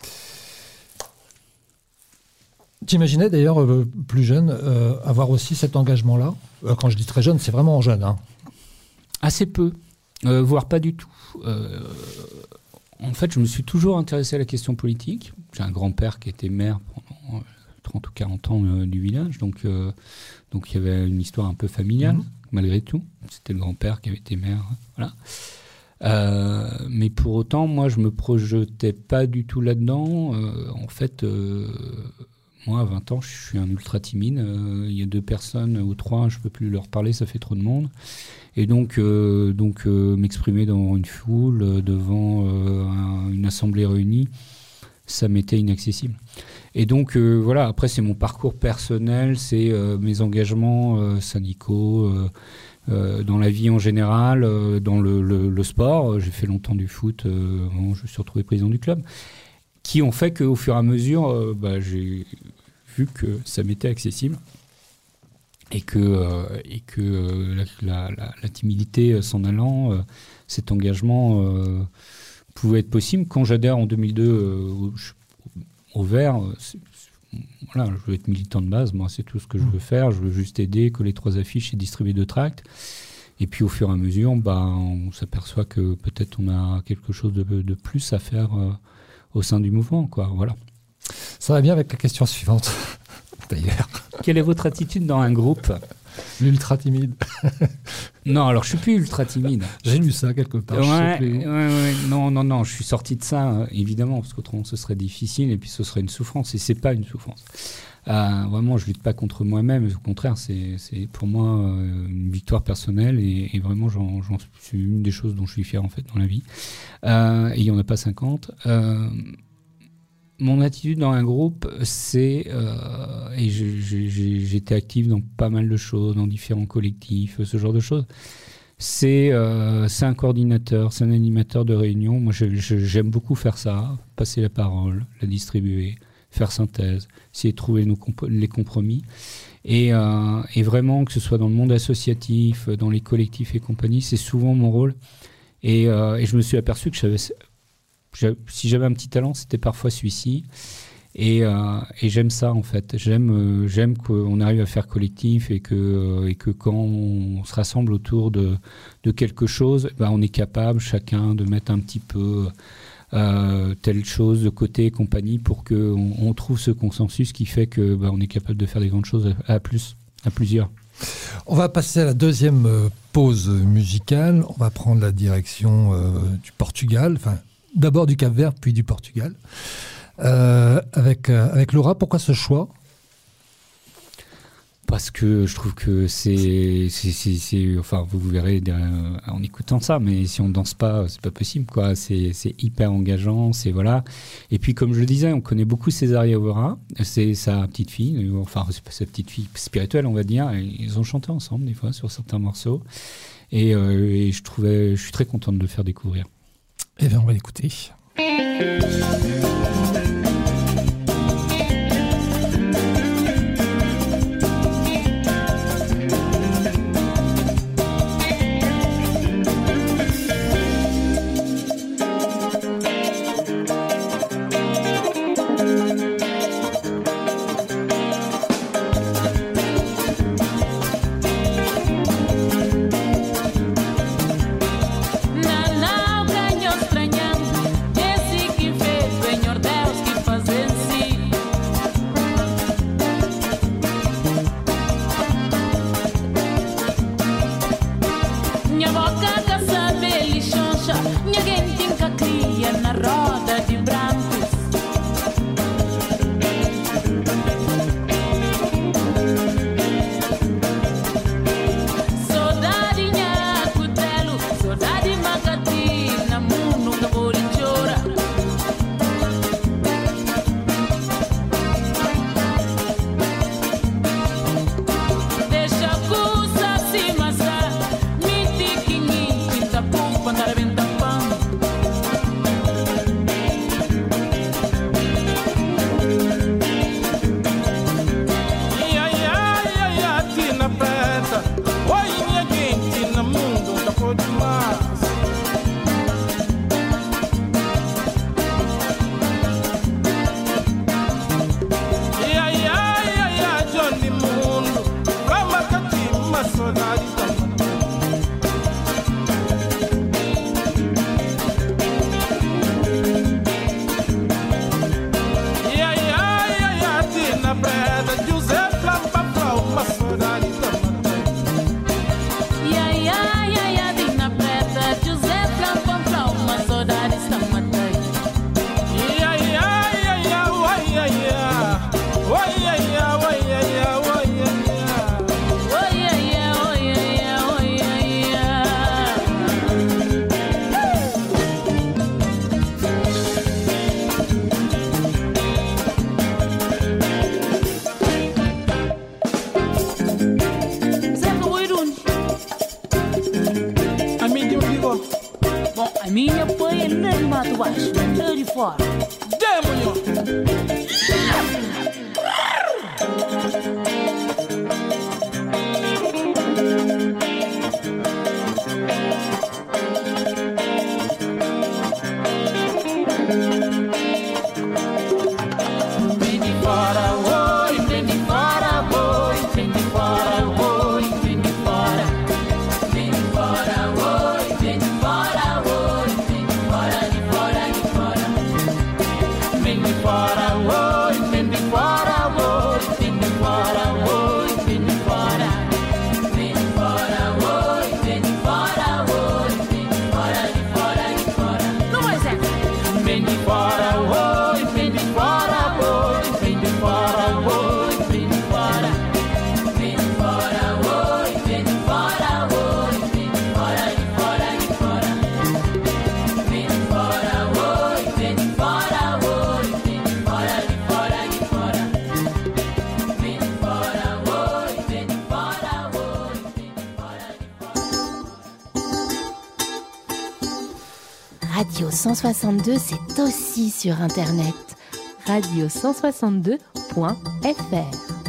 Speaker 1: T'imaginais d'ailleurs, euh, plus jeune, euh, avoir aussi cet engagement-là ? euh, Quand je dis très jeune, c'est vraiment jeune. Hein.
Speaker 2: Assez peu, euh, voire pas du tout. Euh, en fait, je me suis toujours intéressé à la question politique. J'ai un grand-père qui était maire pendant trente ou quarante ans euh, du village, donc euh, donc il y avait une histoire un peu familiale, mmh. malgré tout. C'était le grand-père qui avait été maire, voilà. Euh, mais pour autant, moi, je me projetais pas du tout là-dedans. Euh, en fait... Euh, Moi, à vingt ans, je suis un ultra timide. Il euh, y a deux personnes ou trois, je ne peux plus leur parler, ça fait trop de monde. Et donc, euh, donc euh, m'exprimer devant une foule, euh, devant euh, un, une assemblée réunie, ça m'était inaccessible. Et donc, euh, voilà, après, c'est mon parcours personnel, c'est euh, mes engagements euh, syndicaux, euh, euh, dans la vie en général, euh, dans le, le, le sport. J'ai fait longtemps du foot, euh, bon, je me suis retrouvé président du club, qui ont fait qu'au fur et à mesure, euh, bah, j'ai vu que ça m'était accessible et que, euh, et que euh, la, la, la timidité s'en allant, euh, cet engagement euh, pouvait être possible. Quand j'adhère en deux mille deux euh, au, au Vert, voilà, je veux être militant de base, moi c'est tout ce que je veux faire, je veux juste aider, coller trois affiches et distribuer deux tracts. Et puis au fur et à mesure, bah, on s'aperçoit que peut-être on a quelque chose de, de plus à faire euh, au sein du mouvement, quoi. Voilà.
Speaker 1: Ça va bien avec la question suivante, d'ailleurs.
Speaker 2: Quelle est votre attitude dans un groupe ?
Speaker 1: L'ultra timide.
Speaker 2: Non, alors je suis plus ultra timide.
Speaker 1: J'ai lu ça quelque part.
Speaker 2: Ouais,
Speaker 1: je sais
Speaker 2: ouais, ouais, non, non, non, je suis sorti de ça, euh, évidemment, parce qu'autrement ce serait difficile et puis ce serait une souffrance. Et c'est pas une souffrance. Euh, vraiment, je lutte pas contre moi-même. Au contraire, c'est, c'est pour moi euh, une victoire personnelle et, et vraiment, j'en, j'en suis une des choses dont je suis fier en fait dans la vie. Euh, et il y en a pas cinquante. Euh, Mon attitude dans un groupe, c'est, euh, et je, je, j'ai, j'étais actif dans pas mal de choses, dans différents collectifs, ce genre de choses, c'est, euh, c'est un coordinateur, c'est un animateur de réunion. Moi, je, je, j'aime beaucoup faire ça, passer la parole, la distribuer, faire synthèse, essayer de trouver nos comp- les compromis. Et, euh, et vraiment, que ce soit dans le monde associatif, dans les collectifs et compagnie, c'est souvent mon rôle. Et, euh, et je me suis aperçu que j'avais... Si j'avais un petit talent, c'était parfois celui-ci. Et, euh, et j'aime ça, en fait. J'aime, euh, j'aime qu'on arrive à faire collectif et que, euh, et que quand on se rassemble autour de, de quelque chose, ben on est capable, chacun, de mettre un petit peu euh, telle chose de côté et compagnie pour qu'on on trouve ce consensus qui fait que ben on est capable de faire des grandes choses à, à, plus, à plusieurs.
Speaker 1: On va passer à la deuxième euh, pause musicale. On va prendre la direction euh, du Portugal, enfin... D'abord du Cap-Vert, puis du Portugal. Euh, avec, euh, avec Laura, pourquoi ce choix ?
Speaker 2: Parce que je trouve que c'est, c'est, c'est, c'est enfin, vous verrez euh, en écoutant ça, mais si on danse pas, c'est pas possible, quoi. C'est, c'est hyper engageant, c'est voilà. Et puis, comme je le disais, on connaît beaucoup Césaria Évora, c'est sa petite fille, enfin, c'est pas sa petite fille spirituelle, on va dire. Ils ont chanté ensemble des fois sur certains morceaux, et, euh, et je trouvais, je suis très contente de le faire découvrir.
Speaker 1: Eh bien, on va l'écouter.
Speaker 5: Far away.
Speaker 4: Radio cent soixante-deux, c'est aussi sur Internet. radio cent soixante-deux point f r.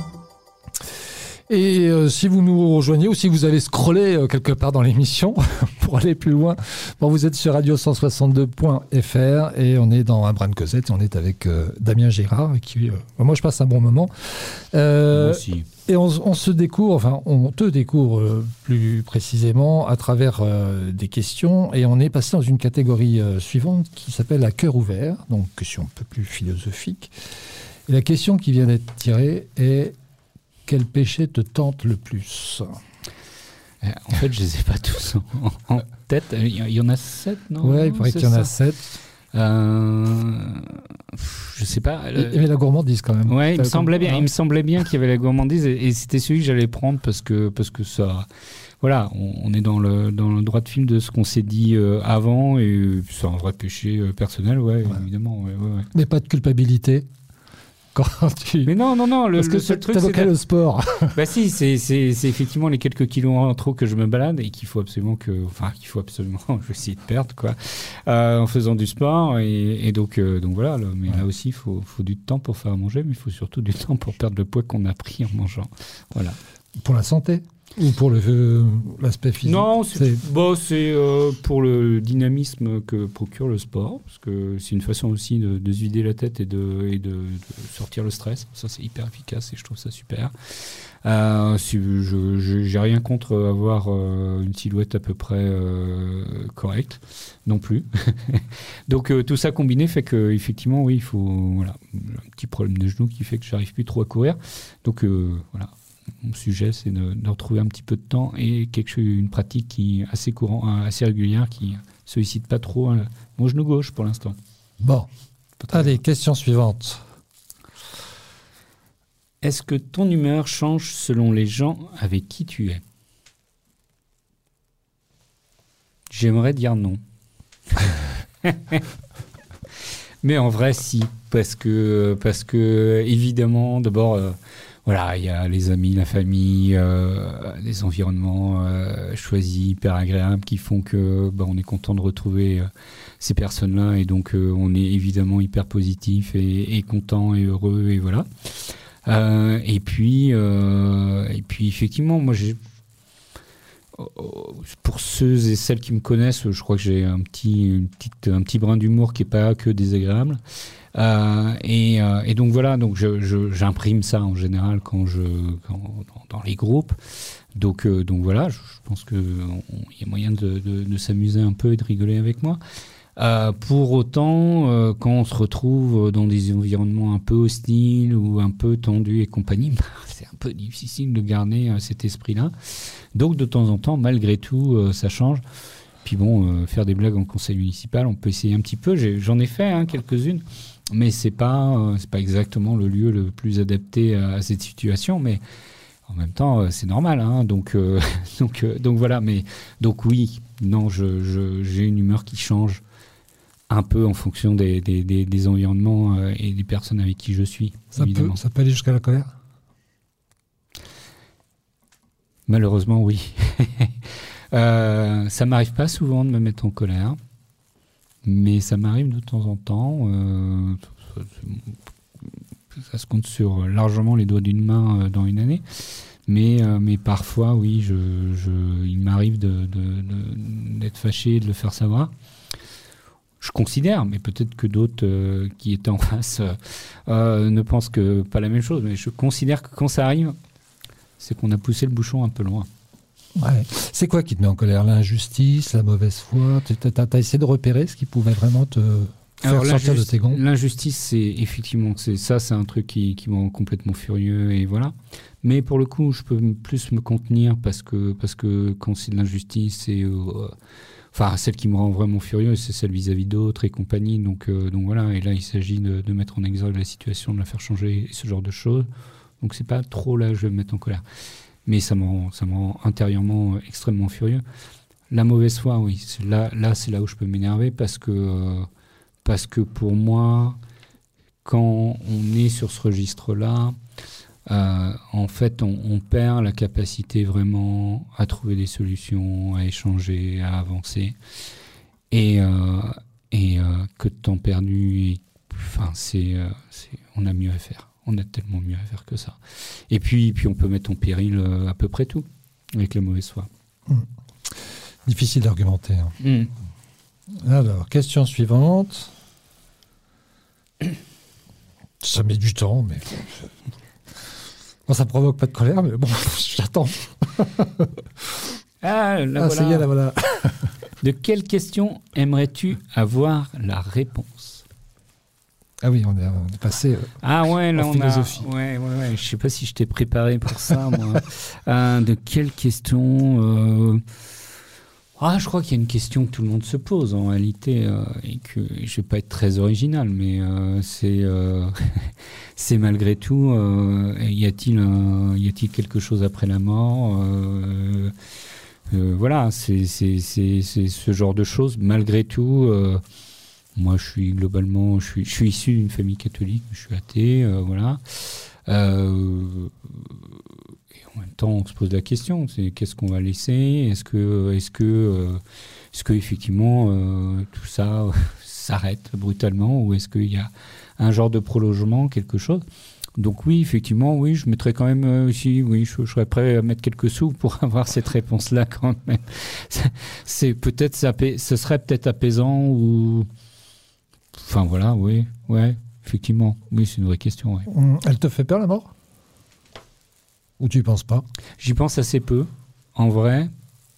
Speaker 1: Et euh, si vous nous rejoignez ou si vous avez scrollé euh, quelque part dans l'émission pour aller plus loin, bon, vous êtes sur radio cent soixante-deux point f r et on est dans un brin de Cosette et on est avec euh, Damien Girard qui, euh, moi je passe un bon moment. Euh,
Speaker 2: moi aussi.
Speaker 1: Et on, on se découvre, enfin on te découvre euh, plus précisément à travers euh, des questions et on est passé dans une catégorie euh, suivante qui s'appelle à cœur ouvert, donc question un peu plus philosophique. Et la question qui vient d'être tirée est: quel péché te tente le plus ?
Speaker 2: En fait, je les ai pas tous en, en tête. Il y en a sept, non ?
Speaker 1: Ouais, il paraît qu'il y en a sept.
Speaker 2: Euh, je sais pas.
Speaker 1: Il y avait la gourmandise quand même.
Speaker 2: Ouais, il me semblait bien.
Speaker 1: Hein.
Speaker 2: Il me semblait bien qu'il y avait la gourmandise et, et c'était celui que j'allais prendre parce que parce que ça. Voilà, on, on est dans le dans le droit de fil de ce qu'on s'est dit euh, avant et c'est un vrai péché euh, personnel, ouais, ouais. évidemment. Ouais, ouais, ouais.
Speaker 1: Mais pas de culpabilité. Quand tu...
Speaker 2: Mais non, non, non. Le,
Speaker 1: Parce que
Speaker 2: le seul truc, c'est
Speaker 1: le sport.
Speaker 2: Bah si, c'est, c'est, c'est effectivement les quelques kilos en trop que je me balade et qu'il faut absolument que, enfin, qu'il faut absolument, je vais essayer de perdre quoi, euh, en faisant du sport et, et donc, euh, donc voilà. Là, mais ouais. Là aussi, il faut, faut du temps pour faire à manger, mais il faut surtout du temps pour perdre le poids qu'on a pris en mangeant. Voilà.
Speaker 1: Pour la santé. Ou pour le, euh, l'aspect physique?
Speaker 2: Non, c'est, c'est... Bon, c'est euh, pour le dynamisme que procure le sport, parce que c'est une façon aussi de, de se vider la tête et, de, et de, de sortir le stress. Ça, c'est hyper efficace et je trouve ça super. Euh, si je, je, j'ai rien contre avoir euh, une silhouette à peu près euh, correcte, non plus. Donc euh, tout ça combiné fait que effectivement, oui, il faut voilà, un petit problème de genou qui fait que j'arrive plus trop à courir. Donc euh, voilà. Mon sujet, c'est de, de retrouver un petit peu de temps et quelque chose, une pratique qui est assez courante, assez régulière, qui ne sollicite pas trop hein, mon genou gauche pour l'instant.
Speaker 1: Bon, allez, question suivante.
Speaker 2: Est-ce que ton humeur change selon les gens avec qui tu es ? J'aimerais dire non. Mais en vrai, si, parce que, parce que évidemment, d'abord... Euh, Voilà, il y a les amis, la famille, euh, les environnements euh, choisis, hyper agréables, qui font que bah, on est content de retrouver euh, ces personnes-là et donc euh, on est évidemment hyper positif et, et content et heureux et voilà. Euh, et puis, euh, et puis effectivement, moi j'ai pour ceux et celles qui me connaissent, je crois que j'ai un petit, une petite, un petit brin d'humour qui n'est pas que désagréable. Euh, et, euh, et donc voilà, donc je, je, j'imprime ça en général quand je, quand, dans, dans les groupes. Donc, euh, donc voilà, je, je pense qu'il y a moyen de, de, de s'amuser un peu et de rigoler avec moi. Euh, pour autant, euh, quand on se retrouve dans des environnements un peu hostiles ou un peu tendus et compagnie, bah, c'est un peu difficile de garder euh, cet esprit-là. Donc de temps en temps, malgré tout, euh, ça change. Puis bon, euh, faire des blagues en conseil municipal, on peut essayer un petit peu. J'ai, j'en ai fait hein, quelques-unes, mais c'est pas, euh, c'est pas exactement le lieu le plus adapté à, à cette situation. Mais en même temps, euh, c'est normal. Hein, donc, euh, donc, euh, donc voilà. Mais donc oui, non, je, je, j'ai une humeur qui change un peu en fonction des, des, des, des environnements euh, et des personnes avec qui je suis.
Speaker 1: Ça peut, ça peut aller jusqu'à la colère ?
Speaker 2: Malheureusement, oui. euh, ça m'arrive pas souvent de me mettre en colère, mais ça m'arrive de temps en temps. Euh, ça, ça se compte sur largement les doigts d'une main euh, dans une année. Mais, euh, mais parfois, oui, je, je, il m'arrive de, de, de, d'être fâché et de le faire savoir. Je considère, mais peut-être que d'autres euh, qui étaient en face euh, euh, ne pensent que pas la même chose, mais je considère que quand ça arrive, c'est qu'on a poussé le bouchon un peu loin.
Speaker 1: Ouais. C'est quoi qui te met en colère ? L'injustice, la mauvaise foi ? Tu as essayé de repérer ce qui pouvait vraiment te faire Alors, sortir de tes gonds ?
Speaker 2: L'injustice, c'est effectivement, c'est, ça c'est un truc qui, qui me rend complètement furieux, et voilà. Mais pour le coup, je peux plus me contenir parce que, parce que quand c'est de l'injustice, c'est... Euh, Enfin, celle qui me rend vraiment furieux, c'est celle vis-à-vis d'autres et compagnie. Donc, euh, donc voilà, et là, il s'agit de, de mettre en exergue la situation, de la faire changer, ce genre de choses. Donc, c'est pas trop là que je vais me mettre en colère. Mais ça me rend, ça me rend intérieurement extrêmement furieux. La mauvaise foi, oui. C'est là, là, c'est là où je peux m'énerver parce que, euh, parce que pour moi, quand on est sur ce registre-là, Euh, en fait, on, on perd la capacité vraiment à trouver des solutions, à échanger, à avancer. Et, euh, et euh, que de temps perdu. Et, enfin, c'est, euh, c'est, on a mieux à faire. On a tellement mieux à faire que ça. Et puis, puis on peut mettre en péril euh, à peu près tout avec la mauvaise foi.
Speaker 1: Mmh. Difficile d'argumenter. Hein.
Speaker 2: Mmh.
Speaker 1: Alors, question suivante. Ça met du temps, mais... Bon, ça ne provoque pas de colère, mais bon, j'attends.
Speaker 2: Ah, là,
Speaker 1: ah
Speaker 2: voilà.
Speaker 1: ça y est, là, voilà.
Speaker 2: De quelle question aimerais-tu avoir la réponse ?
Speaker 1: Ah oui, on est, on est passé euh,
Speaker 2: ah ouais, là,
Speaker 1: en
Speaker 2: on
Speaker 1: philosophie.
Speaker 2: A, ouais, ouais, ouais. Je ne sais pas si je t'ai préparé pour ça, moi. euh, de quelle question euh... Ah, je crois qu'il y a une question que tout le monde se pose, en réalité, euh, et que je ne vais pas être très original, mais euh, c'est, euh, c'est malgré tout, euh, y a-t-il un, y a-t-il quelque chose après la mort euh, euh, Voilà, c'est, c'est, c'est, c'est ce genre de choses. Malgré tout, euh, moi, je suis globalement, je suis, je suis issu d'une famille catholique, je suis athée, euh, voilà. Euh, En même temps, on se pose la question, c'est qu'est-ce qu'on va laisser ? Est-ce que, est-ce que, euh, est-ce que effectivement euh, tout ça euh, s'arrête brutalement, ou est-ce qu'il y a un genre de prolongement, quelque chose ? Donc oui, effectivement, oui, je mettrais quand même euh, aussi, oui, je, je serais prêt à mettre quelques sous pour avoir cette réponse-là quand même. C'est, c'est peut-être, ça, ce serait peut-être apaisant ou, enfin voilà, oui, ouais, effectivement, oui, c'est une vraie question. Ouais.
Speaker 1: Elle te fait peur la mort ? Ou tu y penses pas ?
Speaker 2: J'y pense assez peu, en vrai.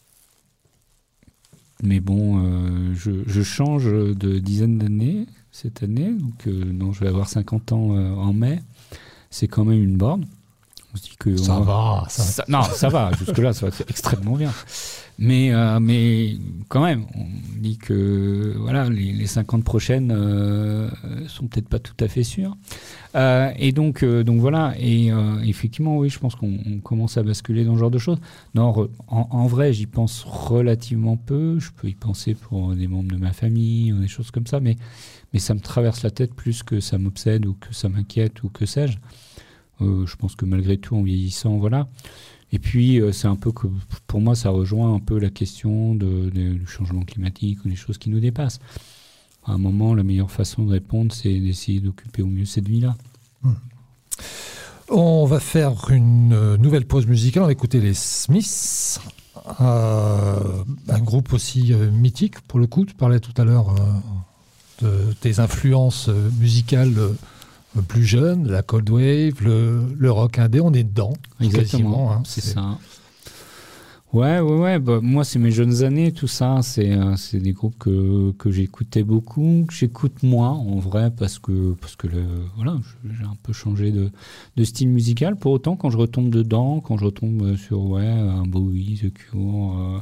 Speaker 2: Mais bon, euh, je, je change de dizaine d'années cette année. Donc, euh, non, je vais avoir cinquante ans euh, en mai. C'est quand même une borne. On se dit que
Speaker 1: ça
Speaker 2: on
Speaker 1: va. Ça...
Speaker 2: Ça, non, ça va. Jusque-là, ça va être extrêmement bien. Mais, euh, mais quand même, on dit que voilà, les, les cinquante prochaines euh, sont peut-être pas tout à fait sûres. Euh, et donc, euh, donc voilà. Et euh, effectivement, oui, je pense qu'on on commence à basculer dans ce genre de choses. Non, re, en, en vrai, j'y pense relativement peu. Je peux y penser pour des membres de ma famille ou des choses comme ça, mais, mais ça me traverse la tête plus que ça m'obsède ou que ça m'inquiète ou que sais-je. Euh, je pense que malgré tout, en vieillissant, voilà. Et puis, euh, c'est un peu que, pour moi, ça rejoint un peu la question de, de, du changement climatique ou des choses qui nous dépassent. À un moment, la meilleure façon de répondre, c'est d'essayer d'occuper au mieux cette vie-là.
Speaker 1: Mmh. On va faire une nouvelle pause musicale. On va écouter les Smiths, euh, un groupe aussi euh, mythique, pour le coup. Tu parlais tout à l'heure euh, de tes influences euh, musicales euh, plus jeunes, la cold wave, le, le rock indé, on est dedans.
Speaker 2: Exactement, hein, c'est, c'est ça. Ouais, ouais, ouais. Bah, moi, c'est mes jeunes années, tout ça. C'est, euh, c'est des groupes que, que j'écoutais beaucoup, que j'écoute moins, en vrai, parce que, parce que le, voilà, j'ai un peu changé de, de style musical. Pour autant, quand je retombe dedans, quand je retombe sur ouais, un Bowie, The Cure, euh,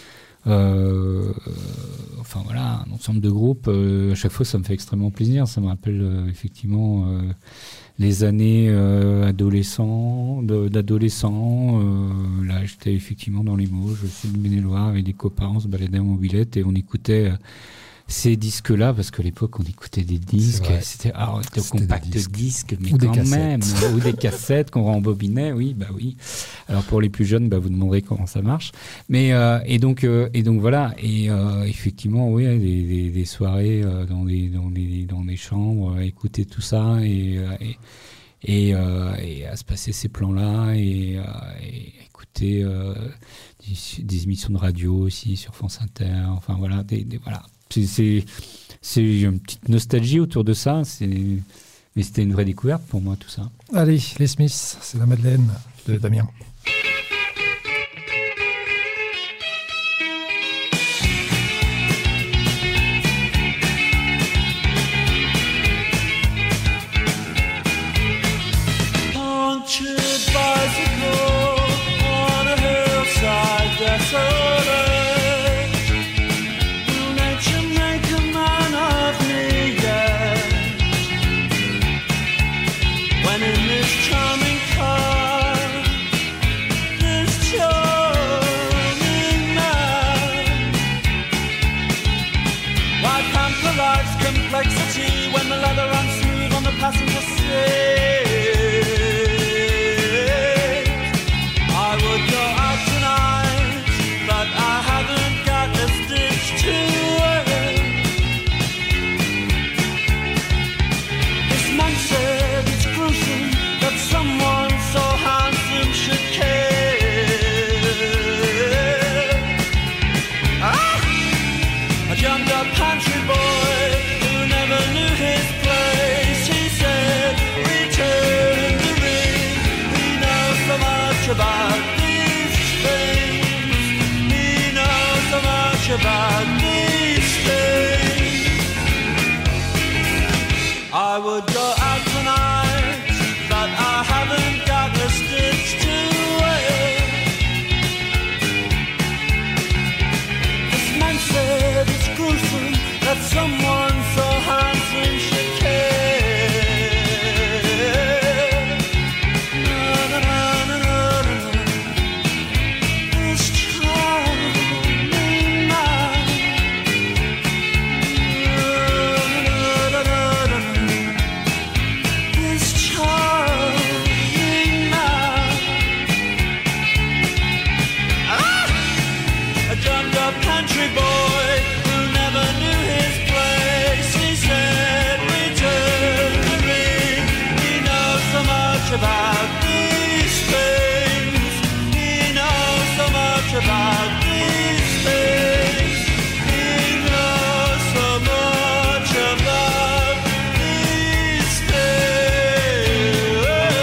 Speaker 2: euh, enfin voilà, un ensemble de groupes, euh, à chaque fois, ça me fait extrêmement plaisir. Ça me rappelle euh, effectivement... Euh, les années euh, adolescents, de, d'adolescents, euh, là j'étais effectivement dans les Mauges, je suis de Maine-et-Loire avec des copains, on se baladait en mobilette et on écoutait euh, ces disques-là, parce qu'à l'époque on écoutait des disques, c'était, ah, c'était au compact disque, disque, mais
Speaker 1: ou
Speaker 2: quand même, ou des cassettes qu'on rembobinait, oui, bah oui. Alors pour les plus jeunes, bah, vous demanderez comment ça marche. Mais euh, et donc euh, et donc voilà, et euh, effectivement, oui, des, des, des soirées euh, dans des dans des dans des chambres, à écouter tout ça et euh, et et, euh, et à se passer ces plans-là et, euh, et écouter euh, des, des émissions de radio aussi sur France Inter, enfin voilà, des, des voilà. C'est, c'est, c'est une petite nostalgie autour de ça, c'est, mais c'était une vraie découverte pour moi tout ça.
Speaker 1: Allez, les Smiths, c'est la Madeleine de Damien.
Speaker 5: about these things. I would go out tonight, but I haven't got a stitch to wear. This man said it's gruesome that someone so handsome should care. About these things, he knows so much about these things, he knows so much about these things.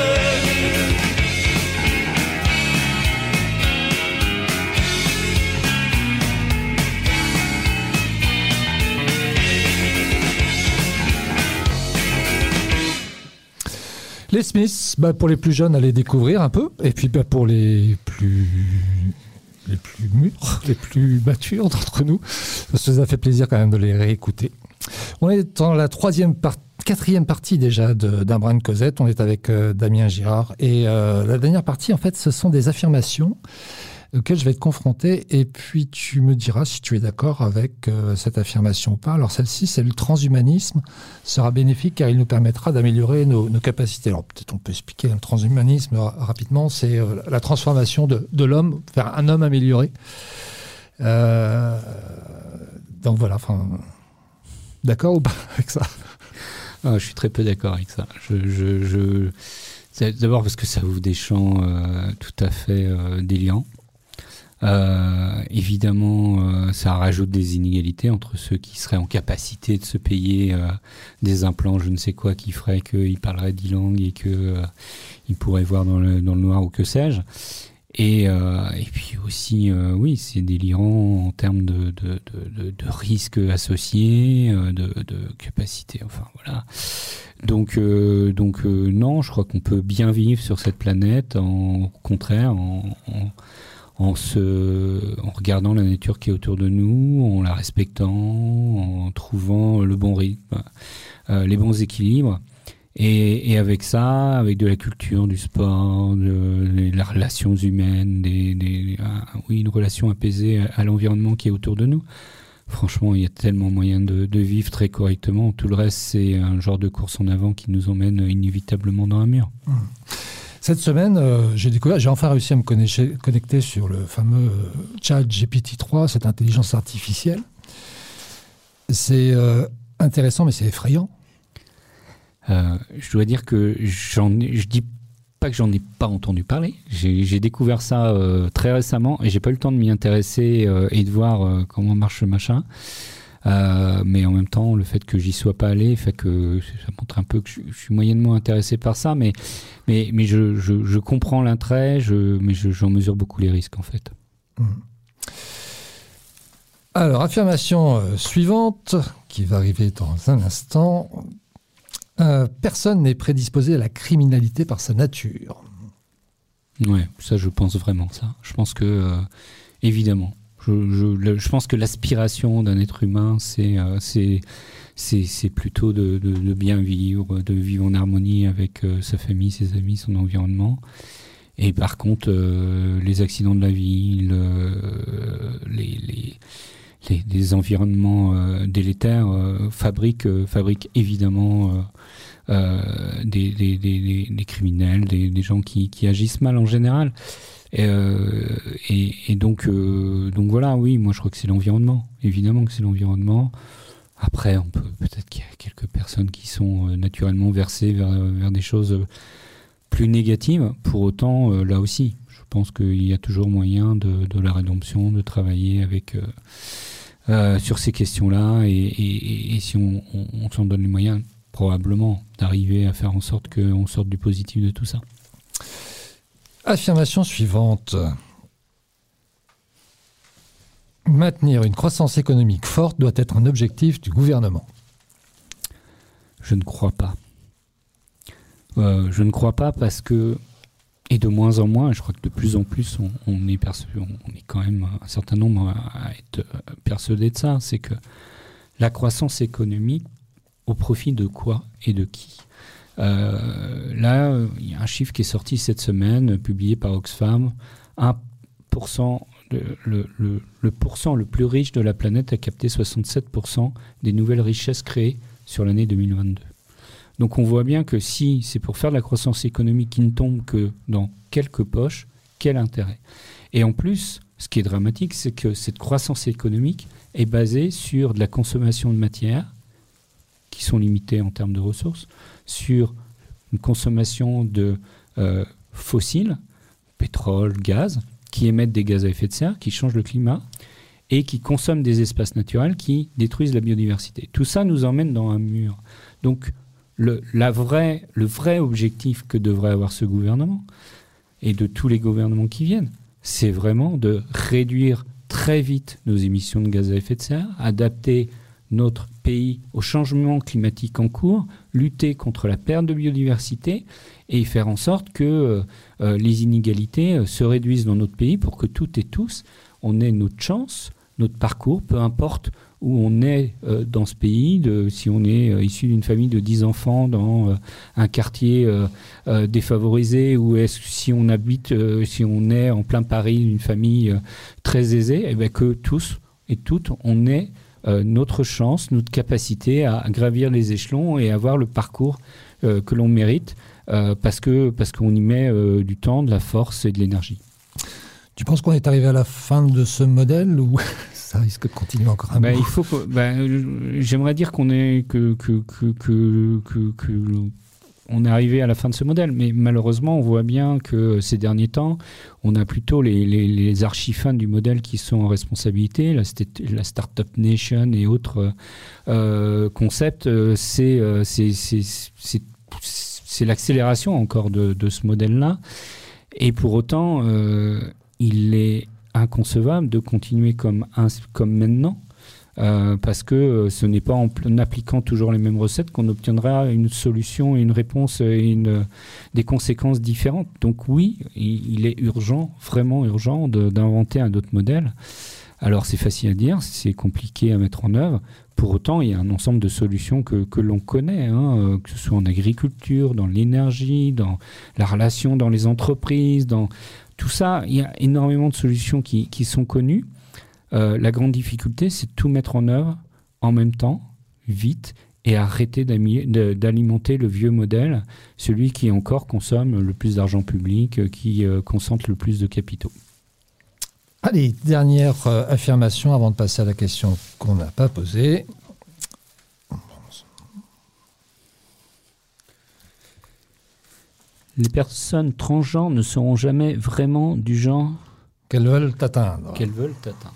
Speaker 1: Les Smiths, bah pour les plus jeunes, à les découvrir un peu. Et puis bah pour les plus, les plus mûrs, les plus matures d'entre nous, ça nous a fait plaisir quand même de les réécouter. On est dans la troisième partie. Quatrième partie déjà de, d'un brin de Cosette. On est avec euh, Damien Girard. Et euh, la dernière partie, en fait, ce sont des affirmations auxquelles je vais te confronter. Et puis, tu me diras si tu es d'accord avec euh, cette affirmation ou pas. Alors, celle-ci, c'est le transhumanisme sera bénéfique car il nous permettra d'améliorer nos, nos capacités. Alors, peut-être on peut expliquer le transhumanisme ra- rapidement. C'est euh, la transformation de, de l'homme vers un homme amélioré. Euh, donc, voilà. Enfin, d'accord ou pas avec ça ?
Speaker 2: Ah, je suis très peu d'accord avec ça. Je, je, je... C'est d'abord parce que ça ouvre des champs euh, tout à fait euh, délirants. Euh, évidemment, euh, ça rajoute des inégalités entre ceux qui seraient en capacité de se payer euh, des implants, je ne sais quoi, qui ferait qu'ils parleraient dix langues et qu'ils euh, pourraient voir dans le, dans le noir ou que sais-je. Et, euh, et puis aussi, euh, oui, c'est délirant en termes de, de, de, de, de risques associés, euh, de, de capacité, enfin voilà. Donc, euh, donc euh, non, je crois qu'on peut bien vivre sur cette planète, en, au contraire, en, en, en, se, en regardant la nature qui est autour de nous, en la respectant, en trouvant le bon rythme, euh, les bons équilibres. Et, et avec ça, avec de la culture, du sport, de, de les relations humaines, des, des, ah, oui, une relation apaisée à, à l'environnement qui est autour de nous. Franchement, il y a tellement moyen de, de vivre très correctement. Tout le reste, c'est un genre de course en avant qui nous emmène inévitablement dans un mur.
Speaker 1: Mmh. Cette semaine, euh, j'ai découvert, j'ai enfin réussi à me connecter, connecter sur le fameux euh, chat G P T trois, cette intelligence artificielle. C'est euh, intéressant, mais c'est effrayant.
Speaker 2: Euh, je dois dire que j'en ai, je dis pas que j'en ai pas entendu parler. J'ai, j'ai découvert ça euh, très récemment et j'ai pas eu le temps de m'y intéresser euh, et de voir euh, comment marche le machin. Euh, mais en même temps, le fait que j'y sois pas allé fait que ça montre un peu que je, je suis moyennement intéressé par ça. Mais mais mais je je, je comprends l'attrait, je, mais je, j'en mesure beaucoup les risques en fait.
Speaker 1: Mmh. Alors, affirmation euh, suivante qui va arriver dans un instant. Euh, personne n'est prédisposé à la criminalité par sa nature.
Speaker 2: Ouais, ça je pense vraiment ça. Je pense que, euh, évidemment, je, je, le, je pense que l'aspiration d'un être humain, c'est, euh, c'est, c'est, c'est plutôt de, de, de bien vivre, de vivre en harmonie avec euh, sa famille, ses amis, son environnement. Et par contre, euh, les accidents de la vie, le, les... les Les, les environnements euh, délétères euh, fabriquent, euh, fabriquent évidemment euh, euh, des, des, des, des criminels, des, des gens qui, qui agissent mal en général. Et, euh, et, et donc, euh, donc voilà, oui, moi je crois que c'est l'environnement. Évidemment que c'est l'environnement. Après, on peut peut-être qu'il y a quelques personnes qui sont euh, naturellement versées vers, vers des choses plus négatives. Pour autant, euh, là aussi, je pense qu'il y a toujours moyen de, de la rédemption, de travailler avec euh, euh, sur ces questions-là, et, et, et si on, on, on s'en donne les moyens, probablement, d'arriver à faire en sorte qu'on sorte du positif de tout ça.
Speaker 1: Affirmation suivante. Maintenir une croissance économique forte doit être un objectif du gouvernement.
Speaker 2: Je ne crois pas. Euh, je ne crois pas parce que, et de moins en moins, je crois que de plus en plus, on, on, est, perçu, on, on est quand même un certain nombre à être persuadés de ça, c'est que la croissance économique, au profit de quoi et de qui ? euh, Là, il y a un chiffre qui est sorti cette semaine, publié par Oxfam, un pour cent, le, le, le, le pourcent le plus riche de la planète a capté soixante-sept pour cent des nouvelles richesses créées sur l'année deux mille vingt-deux. Donc on voit bien que si c'est pour faire de la croissance économique qui ne tombe que dans quelques poches, quel intérêt ? Et en plus, ce qui est dramatique, c'est que cette croissance économique est basée sur de la consommation de matières qui sont limitées en termes de ressources, sur une consommation de euh, fossiles, pétrole, gaz, qui émettent des gaz à effet de serre, qui changent le climat et qui consomment des espaces naturels qui détruisent la biodiversité. Tout ça nous emmène dans un mur. Donc le, la vraie, le vrai objectif que devrait avoir ce gouvernement et de tous les gouvernements qui viennent, c'est vraiment de réduire très vite nos émissions de gaz à effet de serre, adapter notre pays au changement climatique en cours, lutter contre la perte de biodiversité et faire en sorte que euh, les inégalités euh, se réduisent dans notre pays pour que toutes et tous, on ait notre chance, notre parcours, peu importe où on est euh, dans ce pays, de, si on est euh, issu d'une famille de dix enfants dans euh, un quartier euh, euh, défavorisé, ou est-ce, si on habite, euh, si on est en plein Paris, une famille euh, très aisée, et bien que tous et toutes, on ait euh, notre chance, notre capacité à, à gravir les échelons et avoir le parcours euh, que l'on mérite, euh, parce que, parce qu'on y met euh, du temps, de la force et de l'énergie.
Speaker 1: Tu penses qu'on est arrivé à la fin de ce modèle ou ça risque de continuer encore un
Speaker 2: bah,
Speaker 1: peu?
Speaker 2: Il faut que, bah, j'aimerais dire qu'on est que, que, que, que, que, que on est arrivé à la fin de ce modèle, mais malheureusement, on voit bien que ces derniers temps, on a plutôt les, les, les archifans du modèle qui sont en responsabilité, la, la Startup Nation et autres euh, concepts. C'est, c'est, c'est, c'est, c'est l'accélération encore de, de ce modèle-là. Et pour autant, euh, il est inconcevable de continuer comme, un, comme maintenant, euh, parce que ce n'est pas en, en appliquant toujours les mêmes recettes qu'on obtiendra une solution, une réponse et une, des conséquences différentes. Donc oui, il, il est urgent, vraiment urgent, de, d'inventer un autre modèle. Alors c'est facile à dire, c'est compliqué à mettre en œuvre. Pour autant, il y a un ensemble de solutions que, que l'on connaît, hein, que ce soit en agriculture, dans l'énergie, dans la relation dans les entreprises, dans tout ça. Il y a énormément de solutions qui, qui sont connues. Euh, la grande difficulté, c'est de tout mettre en œuvre en même temps, vite, et arrêter d'alimenter le vieux modèle, celui qui encore consomme le plus d'argent public, qui euh, concentre le plus de capitaux.
Speaker 1: Allez, dernière euh, affirmation avant de passer à la question qu'on n'a pas posée.
Speaker 2: Les personnes transgenres ne seront jamais vraiment du genre
Speaker 1: qu'elles veulent atteindre.
Speaker 2: Qu'elles veulent atteindre.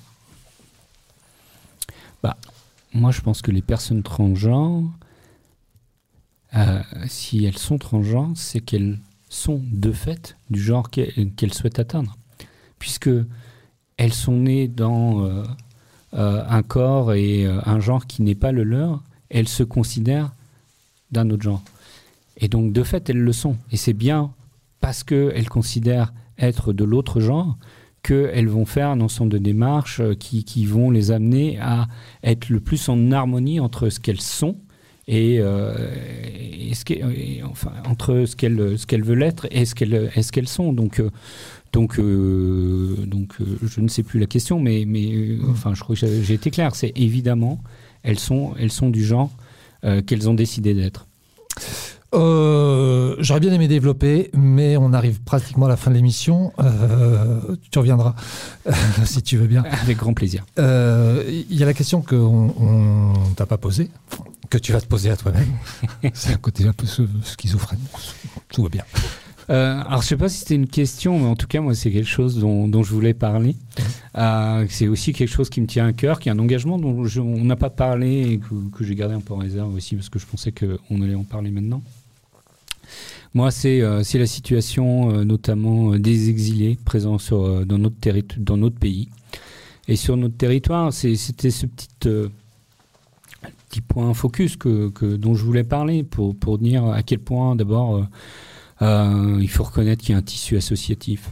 Speaker 2: Bah, moi, je pense que les personnes transgenres, euh, si elles sont transgenres, c'est qu'elles sont de fait du genre qu'elles, qu'elles souhaitent atteindre. Puisque elles sont nées dans euh, euh, un corps et euh, un genre qui n'est pas le leur, elles se considèrent d'un autre genre. Et donc, de fait, elles le sont. Et c'est bien parce qu'elles considèrent être de l'autre genre qu'elles vont faire un ensemble de démarches qui, qui vont les amener à être le plus en harmonie entre ce qu'elles sont et, euh, et, ce et enfin, entre ce qu'elles, ce qu'elles veulent être et ce qu'elles, et ce qu'elles sont. Donc, euh, donc, euh, donc euh, je ne sais plus la question, mais, mais euh, enfin, je crois que j'ai, j'ai été clair. C'est évidemment, elles sont, elles sont du genre euh, qu'elles ont décidé d'être.
Speaker 1: Euh, j'aurais bien aimé développer, mais on arrive pratiquement à la fin de l'émission. Euh, tu reviendras, si tu veux bien.
Speaker 2: Avec grand plaisir.
Speaker 1: Il euh, y a la question qu'on ne t'a pas posée, que tu vas te poser à toi-même. C'est un côté un peu schizophrène. Tout va bien.
Speaker 2: Euh, alors, je ne sais pas si c'était une question, mais en tout cas, moi, c'est quelque chose dont, dont je voulais parler. Euh, c'est aussi quelque chose qui me tient à cœur, qui est un engagement dont je, on n'a pas parlé et que, que j'ai gardé un peu en réserve aussi, parce que je pensais qu'on allait en parler maintenant. Moi, c'est, euh, c'est la situation, euh, notamment euh, des exilés présents sur, euh, dans, notre terri- dans notre pays. Et sur notre territoire, c'est, c'était ce petit, euh, petit point focus que, que, dont je voulais parler pour, pour dire à quel point, d'abord, euh, euh, il faut reconnaître qu'il y a un tissu associatif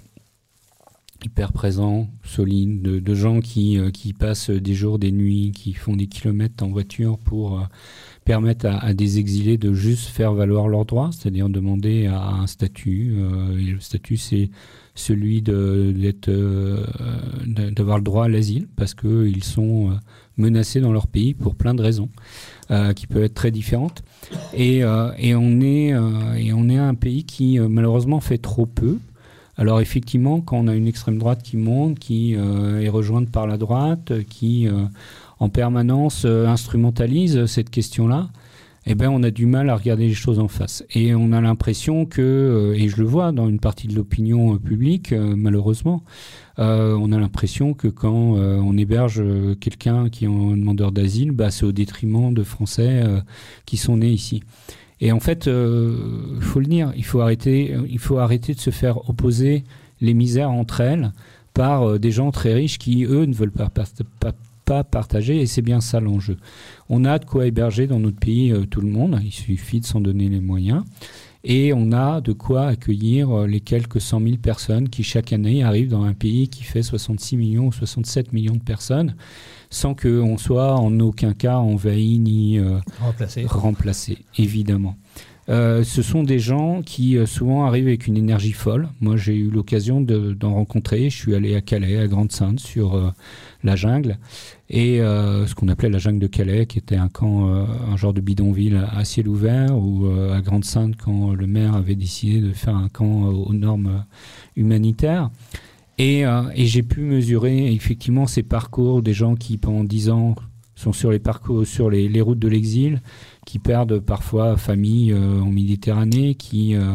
Speaker 2: hyper présent, solide, de, de gens qui, euh, qui passent des jours, des nuits, qui font des kilomètres en voiture pour euh, permettre à, à des exilés de juste faire valoir leurs droits, c'est-à-dire demander à, à un statut. Euh, et le statut, c'est celui de, d'être, euh, d'avoir le droit à l'asile, parce qu'ils sont euh, menacés dans leur pays pour plein de raisons, euh, qui peuvent être très différentes. Et, euh, et, on est, euh, et on est un pays qui, euh, malheureusement, fait trop peu. Alors effectivement, quand on a une extrême droite qui monte, qui euh, est rejointe par la droite, qui euh, en permanence euh, instrumentalise cette question-là, eh ben, on a du mal à regarder les choses en face. Et on a l'impression que, euh, et je le vois dans une partie de l'opinion euh, publique, euh, malheureusement, euh, on a l'impression que quand euh, on héberge euh, quelqu'un qui est un demandeur d'asile, bah, c'est au détriment de Français euh, qui sont nés ici. Et en fait, il euh, faut le dire, il faut arrêter, il faut arrêter de se faire opposer les misères entre elles par euh, des gens très riches qui, eux, ne veulent pas, pas, pas, pas partager, et c'est bien ça l'enjeu. On a de quoi héberger dans notre pays euh, tout le monde, il suffit de s'en donner les moyens, et on a de quoi accueillir euh, les quelques cent mille personnes qui, chaque année, arrivent dans un pays qui fait soixante-six millions ou soixante-sept millions de personnes, sans qu'on soit en aucun cas envahi ni euh,
Speaker 1: remplacé.
Speaker 2: remplacé, évidemment. Euh, ce sont des gens qui euh, souvent arrivent avec une énergie folle. Moi, j'ai eu l'occasion de, d'en rencontrer. Je suis allé à Calais, à Grande-Sainte, sur euh, la jungle, et euh, ce qu'on appelait la jungle de Calais, qui était un camp, euh, un genre de bidonville à, à ciel ouvert, ou euh, à Grande-Sainte, quand le maire avait décidé de faire un camp euh, aux normes humanitaires. Et, euh, et j'ai pu mesurer effectivement ces parcours des gens qui, pendant dix ans, sont sur les parcours, sur les, les routes de l'exil, qui perdent parfois famille euh, en Méditerranée, qui, euh,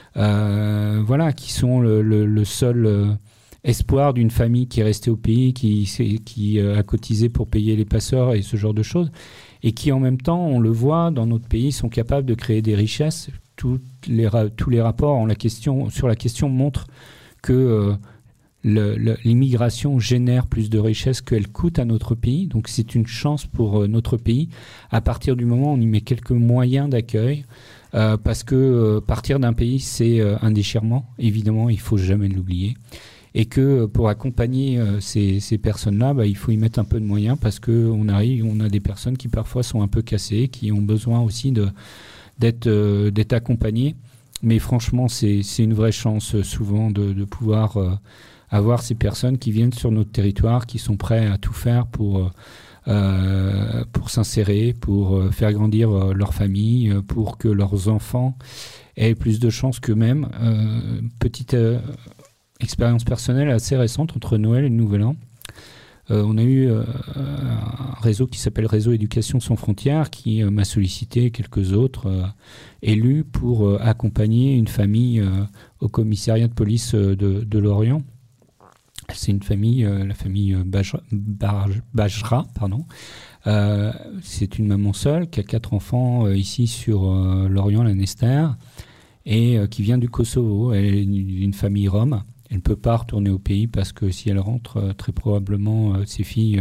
Speaker 2: euh, voilà, qui sont le, le, le seul euh, espoir d'une famille qui est restée au pays, qui, qui euh, a cotisé pour payer les passeurs et ce genre de choses, et qui en même temps, on le voit, dans notre pays, sont capables de créer des richesses. Toutes les, tous les rapports en la question, sur la question montrent que euh, Le, le, l'immigration génère plus de richesses qu'elle coûte à notre pays. Donc c'est une chance pour euh, notre pays. À partir du moment où on y met quelques moyens d'accueil, euh, parce que euh, partir d'un pays, c'est euh, un déchirement. Évidemment, il ne faut jamais l'oublier. Et que euh, pour accompagner euh, ces, ces personnes-là, bah, il faut y mettre un peu de moyens, parce qu'on arrive, on a des personnes qui parfois sont un peu cassées, qui ont besoin aussi de, d'être, euh, d'être accompagnées. Mais franchement, c'est, c'est une vraie chance euh, souvent de, de pouvoir... Euh, avoir ces personnes qui viennent sur notre territoire, qui sont prêts à tout faire pour, euh, pour s'insérer, pour euh, faire grandir euh, leur famille, euh, pour que leurs enfants aient plus de chances qu'eux-mêmes. Euh, petite euh, expérience personnelle assez récente entre Noël et le Nouvel An. Euh, on a eu euh, un réseau qui s'appelle Réseau Éducation Sans Frontières, qui euh, m'a sollicité, quelques autres euh, élus, pour euh, accompagner une famille euh, au commissariat de police euh, de, de Lorient. C'est une famille, euh, la famille Bajra, Bajra pardon. Euh, c'est une maman seule qui a quatre enfants euh, ici sur euh, Lorient, la Nester, et euh, qui vient du Kosovo. Elle est d'une famille rome. Elle ne peut pas retourner au pays parce que si elle rentre, euh, très probablement, euh, ses filles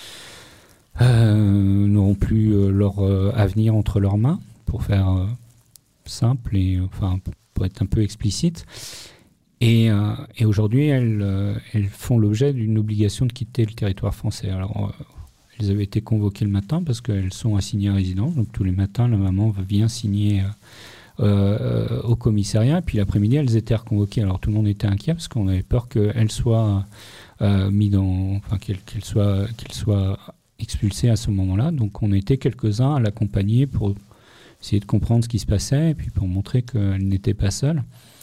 Speaker 2: euh, euh, n'auront plus euh, leur euh, avenir entre leurs mains, pour faire euh, simple et enfin pour être un peu explicite. Et, euh, et aujourd'hui, elles, euh, elles font l'objet d'une obligation de quitter le territoire français. Alors, euh, elles avaient été convoquées le matin parce qu'elles sont assignées à résidence. Donc, tous les matins, la maman vient signer euh, euh, au commissariat. Et puis, l'après-midi, elles étaient reconvoquées. Alors, tout le monde était inquiet parce qu'on avait peur qu'elles soient euh, mis dans, enfin, qu'elles, qu'elles soient, qu'elles soient expulsées à ce moment-là. Donc, on était quelques-uns à l'accompagner pour essayer de comprendre ce qui se passait et puis pour montrer qu'elle n'était pas seule.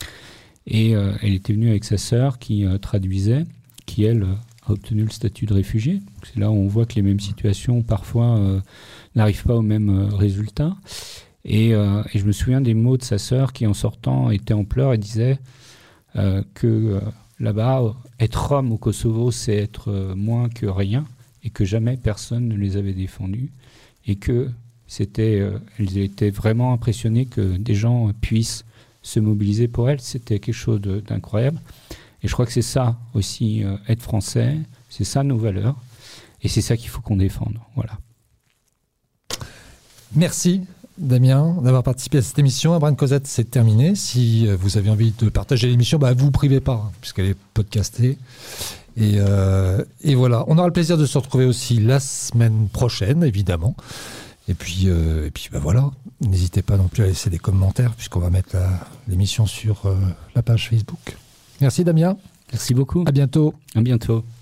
Speaker 2: Et euh, elle était venue avec sa sœur qui euh, traduisait, qui elle euh, a obtenu le statut de réfugié. Donc c'est là où on voit que les mêmes situations parfois euh, n'arrivent pas au même euh, résultat. Et, euh, et je me souviens des mots de sa sœur qui en sortant était en pleurs et disait euh, que euh, là-bas, être homme au Kosovo, c'est être euh, moins que rien, et que jamais personne ne les avait défendus, et que c'était, euh, elles étaient vraiment impressionnées que des gens puissent se mobiliser pour elle. C'était quelque chose de, d'incroyable. Et je crois que c'est ça aussi, euh, être français, C'est ça nos valeurs. Et c'est ça qu'il faut qu'on défende. Voilà.
Speaker 1: Merci Damien d'avoir participé à cette émission. Un brin de Cosette, c'est terminé. Si vous avez envie de partager l'émission, bah, vous ne vous privez pas, hein, puisqu'elle est podcastée. Et, euh, et voilà, on aura le plaisir de se retrouver aussi la semaine prochaine, évidemment. Et puis, euh, et puis bah voilà, n'hésitez pas non plus à laisser des commentaires, puisqu'on va mettre la, l'émission sur euh, la page Facebook. Merci Damien.
Speaker 2: Merci beaucoup.
Speaker 1: À bientôt.
Speaker 2: À bientôt.